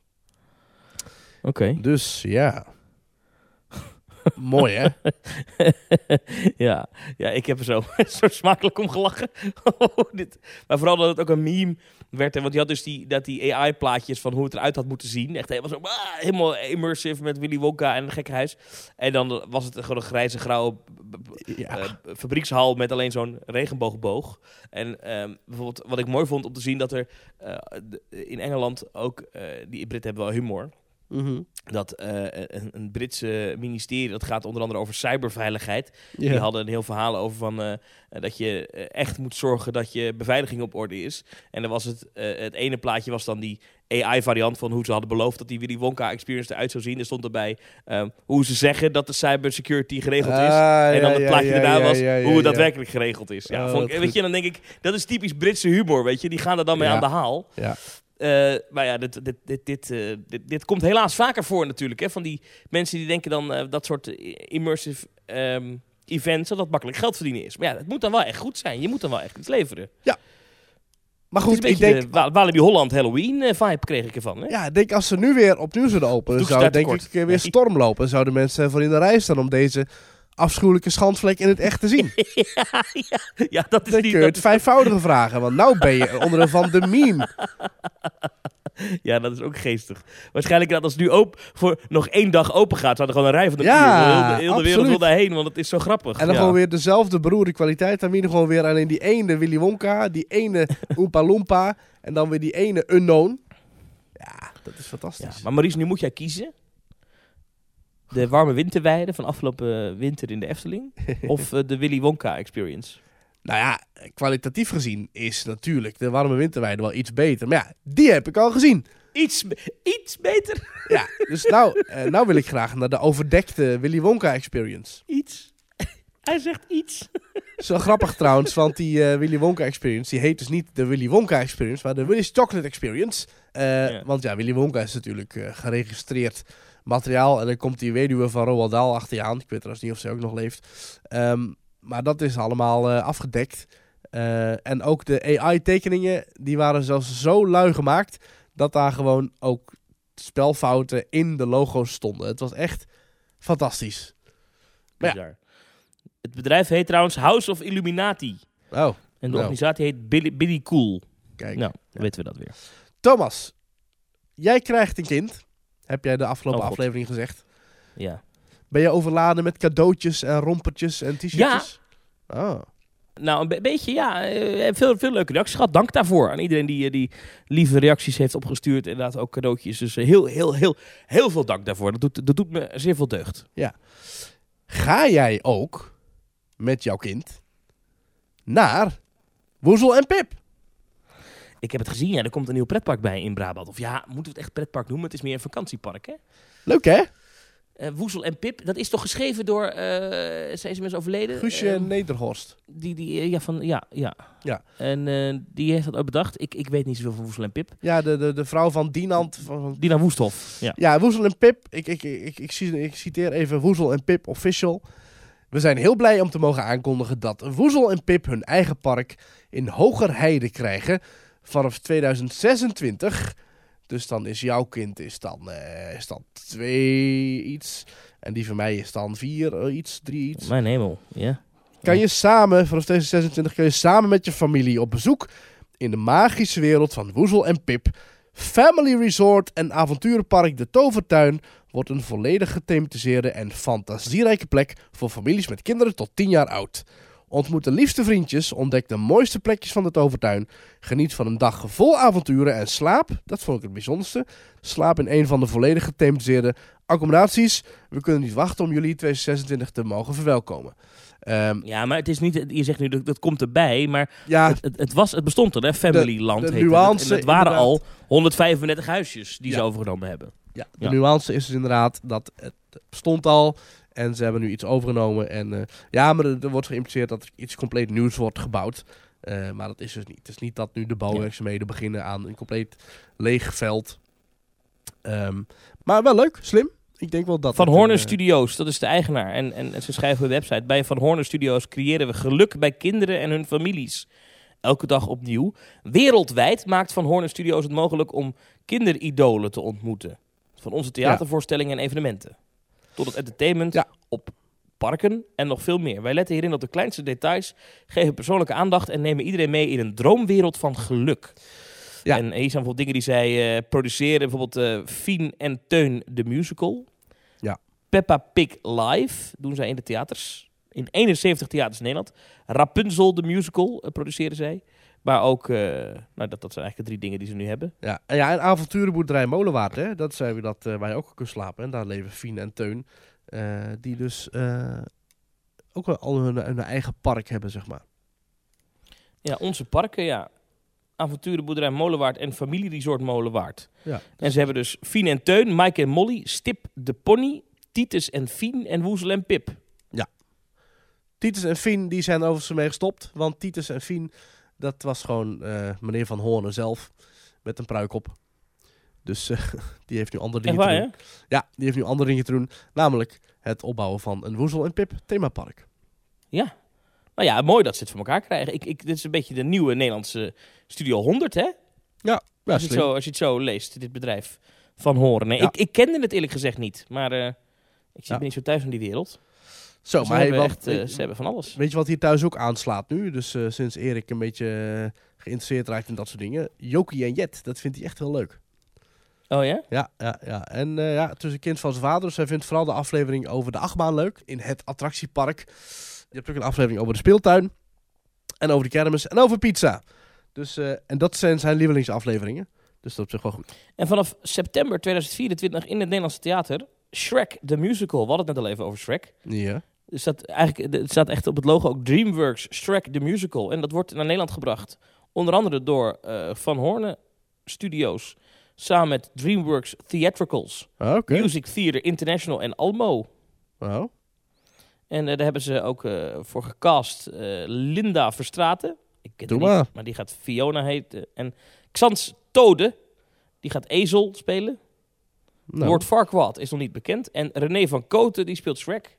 Oké. Dus ja. Mooi, hè? ja, ik heb er zo smakelijk om gelachen. Maar vooral dat het ook een meme werd. Want je had dus die AI-plaatjes van hoe het eruit had moeten zien. Echt helemaal immersive met Willy Wonka en een gekke huis. En dan was het gewoon een grijze, grauwe fabriekshal met alleen zo'n regenboogboog. En bijvoorbeeld wat ik mooi vond om te zien dat er in Engeland ook... die Britten hebben wel humor... Mm-hmm. Dat een Britse ministerie, dat gaat onder andere over cyberveiligheid. Yeah. Die hadden een heel verhaal over van dat je echt moet zorgen dat je beveiliging op orde is. En dan was het ene plaatje was dan die AI-variant van hoe ze hadden beloofd dat die Willy Wonka experience eruit zou zien. Er stond erbij hoe ze zeggen dat de cybersecurity geregeld is. En dan het plaatje daarna was hoe het daadwerkelijk geregeld is. Ja, weet je, dan denk ik, dat is typisch Britse humor, weet je. Die gaan er dan mee aan de haal. Ja. Maar ja, dit komt helaas vaker voor natuurlijk. Hè, van die mensen die denken dan dat soort immersive events, dat makkelijk geld verdienen is. Maar ja, het moet dan wel echt goed zijn. Je moet dan wel echt iets leveren. Ja. Maar goed, ik denk... de Walibi Holland Halloween vibe kreeg ik ervan. Hè? Ja, ik denk als ze nu weer opnieuw zouden openen, zou het denk ik weer storm lopen. Zouden mensen voor in de rij staan om deze afschuwelijke schandvlek in het echt te zien. ja, dat is dan niet... kun je het vijfvoudige vragen, want nou ben je onderdeel van de meme. Ja, dat is ook geestig. Waarschijnlijk dat als het nu voor nog 1 dag open gaat, zou er gewoon een rij van de uur. Heel de wereld wil daarheen, want het is zo grappig. En dan gewoon weer dezelfde beroerde kwaliteit. Dan weer gewoon weer alleen die ene Willy Wonka, die ene Oompa Loompa en dan weer die ene Unknown. Ja, dat is fantastisch. Ja, maar Maurice, nu moet jij kiezen. De warme winterweide van afgelopen winter in de Efteling of de Willy Wonka experience? Nou ja, kwalitatief gezien is natuurlijk de warme winterweide wel iets beter. Maar ja, die heb ik al gezien. Iets beter? Ja, dus nou wil ik graag naar de overdekte Willy Wonka experience. Iets? Hij zegt iets. Zo grappig trouwens, want die Willy Wonka experience, die heet dus niet de Willy Wonka experience, maar de Willy's Chocolate experience. Want ja, Willy Wonka is natuurlijk geregistreerd materiaal en dan komt die weduwe van Roald Dahl achter je aan. Ik weet trouwens niet of ze ook nog leeft. Maar dat is allemaal afgedekt. En ook de AI-tekeningen, die waren zelfs zo lui gemaakt dat daar gewoon ook spelfouten in de logo's stonden. Het was echt fantastisch. Maar ja. Het bedrijf heet trouwens House of Illuminati. Oh. En de organisatie heet Billy Cool. Kijk. Nou, dan weten we dat weer. Thomas, jij krijgt een kind. Heb jij de afgelopen aflevering gezegd. Ja. Ben je overladen met cadeautjes en rompertjes en t-shirtjes? Ja. Oh. Nou, een beetje, ja. Veel leuke reacties gehad. Dank daarvoor aan iedereen die lieve reacties heeft opgestuurd. Inderdaad ook cadeautjes. Dus heel veel dank daarvoor. Dat doet me zeer veel deugd. Ja. Ga jij ook met jouw kind naar Woezel en Pip? Ik heb het gezien, ja. Er komt een nieuw pretpark bij in Brabant. Of ja, moeten we het echt pretpark noemen? Het is meer een vakantiepark, hè? Leuk, hè? Woezel en Pip, dat is toch geschreven door... zijn ze mensen overleden? Guusje Nederhorst. Ja. En die heeft dat ook bedacht. Ik weet niet zoveel van Woezel en Pip. Ja, de vrouw van Dinant. Dinant Woesthof. Ja, Woezel en Pip. Ik citeer even Woezel en Pip official. We zijn heel blij om te mogen aankondigen dat Woezel en Pip hun eigen park in Hogerheide krijgen vanaf 2026... Dus dan is jouw kind is dan 2 iets. En die van mij is dan 4 iets, 3 iets. Mijn hemel, ja. Kan je samen, vanaf 2026, kun je samen met je familie op bezoek in de magische wereld van Woezel en Pip. Family Resort en avonturenpark De Tovertuin wordt een volledig gethematiseerde en fantasierijke plek voor families met kinderen tot 10 jaar oud. Ontmoet de liefste vriendjes, ontdek de mooiste plekjes van de Tovertuin, geniet van een dag vol avonturen en slaap, dat vond ik het bijzonderste, slaap in een van de volledig gethematiseerde accommodaties. We kunnen niet wachten om jullie 2026 te mogen verwelkomen. Ja, maar het is niet, je zegt nu dat komt erbij, maar ja, het bestond er, hè? Familyland heette nuance, het. En het waren al 135 huisjes die ze overgenomen hebben. Ja, de nuance is dus inderdaad dat het bestond al. En ze hebben nu iets overgenomen. En maar er wordt geïmpliceerd dat er iets compleet nieuws wordt gebouwd. Maar dat is dus niet. Het is niet dat nu de bouwwerkzaamheden beginnen aan een compleet leeg veld. Maar wel leuk, slim. Ik denk wel dat Van Horner Studios, dat is de eigenaar. En ze schrijven op de website: bij Van Horner Studios creëren we geluk bij kinderen en hun families. elke dag opnieuw. Wereldwijd maakt Van Hoorn Studios het mogelijk om kinderidolen te ontmoeten. Van onze theatervoorstellingen en evenementen. Tot het entertainment op parken en nog veel meer. Wij letten hierin op de kleinste details, geven persoonlijke aandacht en nemen iedereen mee in een droomwereld van geluk. Ja. En hier zijn bijvoorbeeld dingen die zij produceren. Bijvoorbeeld Fien en Teun de musical. Ja. Peppa Pig Live doen zij in de theaters. In 71 theaters in Nederland. Rapunzel de musical produceren zij. Maar ook, dat zijn eigenlijk de 3 dingen die ze nu hebben. Ja, en avonturenboerderij Molenwaard, hè? Dat zijn we waar je ook kunt slapen. En daar leven Fien en Teun. Die dus ook wel al hun eigen park hebben, zeg maar. Ja, onze parken, ja. Avonturenboerderij Molenwaard en familieresort Molenwaard. Ja. En ze hebben dus Fien en Teun, Mike en Molly, Stip de Pony, Titus en Fien en Woezel en Pip. Ja. Titus en Fien, die zijn overigens mee gestopt. Want Titus en Fien, dat was gewoon meneer Van Hoorn zelf met een pruik op. Dus die heeft nu andere dingen te doen. Hè? Ja, die heeft nu andere dingen te doen. Namelijk het opbouwen van een Woezel en Pip themapark. Ja. Nou ja, mooi dat ze het voor elkaar krijgen. Dit is een beetje de nieuwe Nederlandse Studio 100, hè? Ja, als je het zo leest, dit bedrijf Van Hoorn. Nee, ik kende het eerlijk gezegd niet. Maar ik ben niet zo thuis in die wereld. Zo, dus maar ze hebben van alles. Weet je wat hier thuis ook aanslaat nu? Dus sinds Erik een beetje geïnteresseerd raakt in dat soort dingen. Jokie en Jet, dat vindt hij echt heel leuk. Oh ja? Ja. En het is een kind van zijn vader. Dus hij vindt vooral de aflevering over de achtbaan leuk. In het attractiepark. Je hebt ook een aflevering over de speeltuin. En over de kermis. En over pizza. Dus, en dat zijn zijn lievelingsafleveringen. Dus dat is op zich wel goed. En vanaf september 2024 in het Nederlandse theater... Shrek, the musical. We hadden het net al even over Shrek. Ja. Dus het staat echt op het logo ook DreamWorks Shrek, the musical. En dat wordt naar Nederland gebracht. Onder andere door Van Hoorn Studios... Samen met DreamWorks Theatricals, Music Theater International en Almo. Oh. En daar hebben ze ook voor gecast Linda Verstraeten. Ik ken haar niet, maar die gaat Fiona heten. En Xans Tode, die gaat Ezel spelen. No. Lord Farquaad is nog niet bekend. En René van Kooten, die speelt Shrek.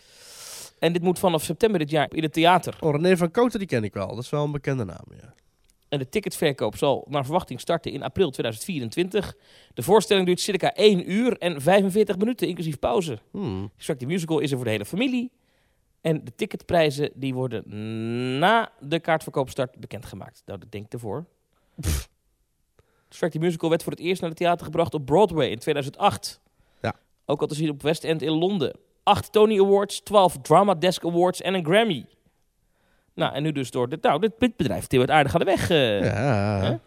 En dit moet vanaf september dit jaar in het theater. Oh, René van Kooten, die ken ik wel. Dat is wel een bekende naam, ja. En de ticketverkoop zal naar verwachting starten in april 2024. De voorstelling duurt circa 1 uur en 45 minuten, inclusief pauze. Shrek the Musical is er voor de hele familie. En de ticketprijzen die worden na de kaartverkoopstart bekendgemaakt. Nou, dat denk ik ervoor. Shrek the Musical werd voor het eerst naar het theater gebracht op Broadway in 2008. Ja. Ook al te zien op West End in Londen. 8 Tony Awards, 12 Drama Desk Awards en een Grammy. Nou, en nu dus door dit bedrijf wordt aardig aan de weg. Ja.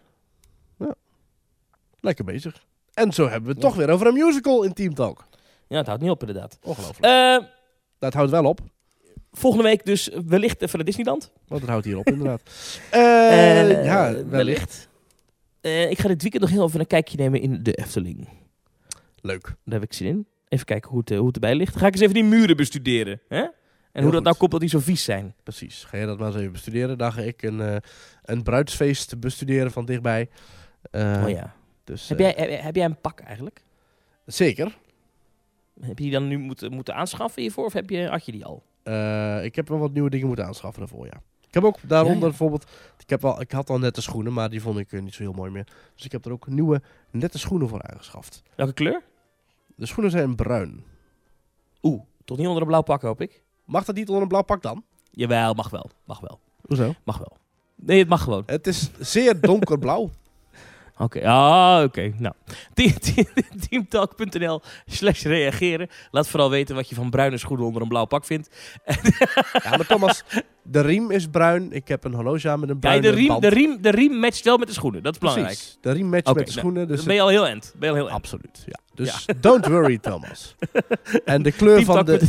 Lekker bezig. En zo hebben we het toch weer over een musical in Team Talk. Ja, het houdt niet op inderdaad. Ongelooflijk. Dat houdt wel op. Volgende week dus wellicht even naar Disneyland. Want dat houdt hier op inderdaad. Wellicht. Ik ga dit weekend nog heel even een kijkje nemen in de Efteling. Leuk. Daar heb ik zin in. Even kijken hoe het erbij ligt. Dan ga ik eens even die muren bestuderen. Hè? En hoe dat nou komt dat die zo vies zijn. Precies. Ga jij dat maar eens even bestuderen. Dan ga ik een bruidsfeest bestuderen van dichtbij. Ja. Dus, heb jij een pak eigenlijk? Zeker. Heb je die dan nu moeten aanschaffen hiervoor? Of had je die al? Ik heb wel wat nieuwe dingen moeten aanschaffen daarvoor, ja. Ik heb ook daaronder bijvoorbeeld... Ik had al nette schoenen, maar die vond ik niet zo heel mooi meer. Dus ik heb er ook nieuwe nette schoenen voor aangeschaft. Welke kleur? De schoenen zijn bruin. Toch niet onder een blauw pak, hoop ik? Mag dat niet onder een blauw pak dan? Jawel, mag wel. Hoezo? Mag wel. Nee, het mag gewoon. Het is zeer donkerblauw. Oké. Nou, teamtalk.nl/reageren. Laat vooral weten wat je van bruine schoenen onder een blauw pak vindt. Ja, maar Thomas, de riem is bruin. Ik heb een horloge aan met een bruine band. De riem matcht wel met de schoenen. Dat is belangrijk. Precies. De riem matcht met de schoenen. Dus dan ben je al heel end. Absoluut, ja. Dus don't worry, Thomas. En de kleur van de...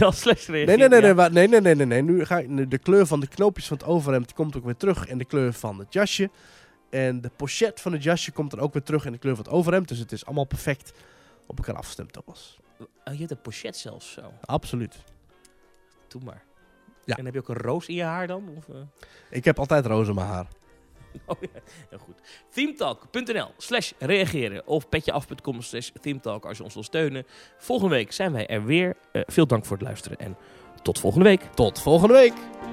Nee. Nu ga ik de kleur van de knoopjes van het overhemd die komt ook weer terug. En de kleur van het jasje. En de pochet van het jasje komt dan ook weer terug in de kleur van het overhemd. Dus het is allemaal perfect op elkaar afgestemd, Thomas. Je hebt een pochet zelfs zo? Absoluut. Doe maar. Ja. En heb je ook een roos in je haar dan? Of, Ik heb altijd roos in mijn haar. Oh ja, heel goed. Themetalk.nl/reageren of petjeaf.com/themetalk als je ons wil steunen. Volgende week zijn wij er weer. Veel dank voor het luisteren en tot volgende week. Tot volgende week.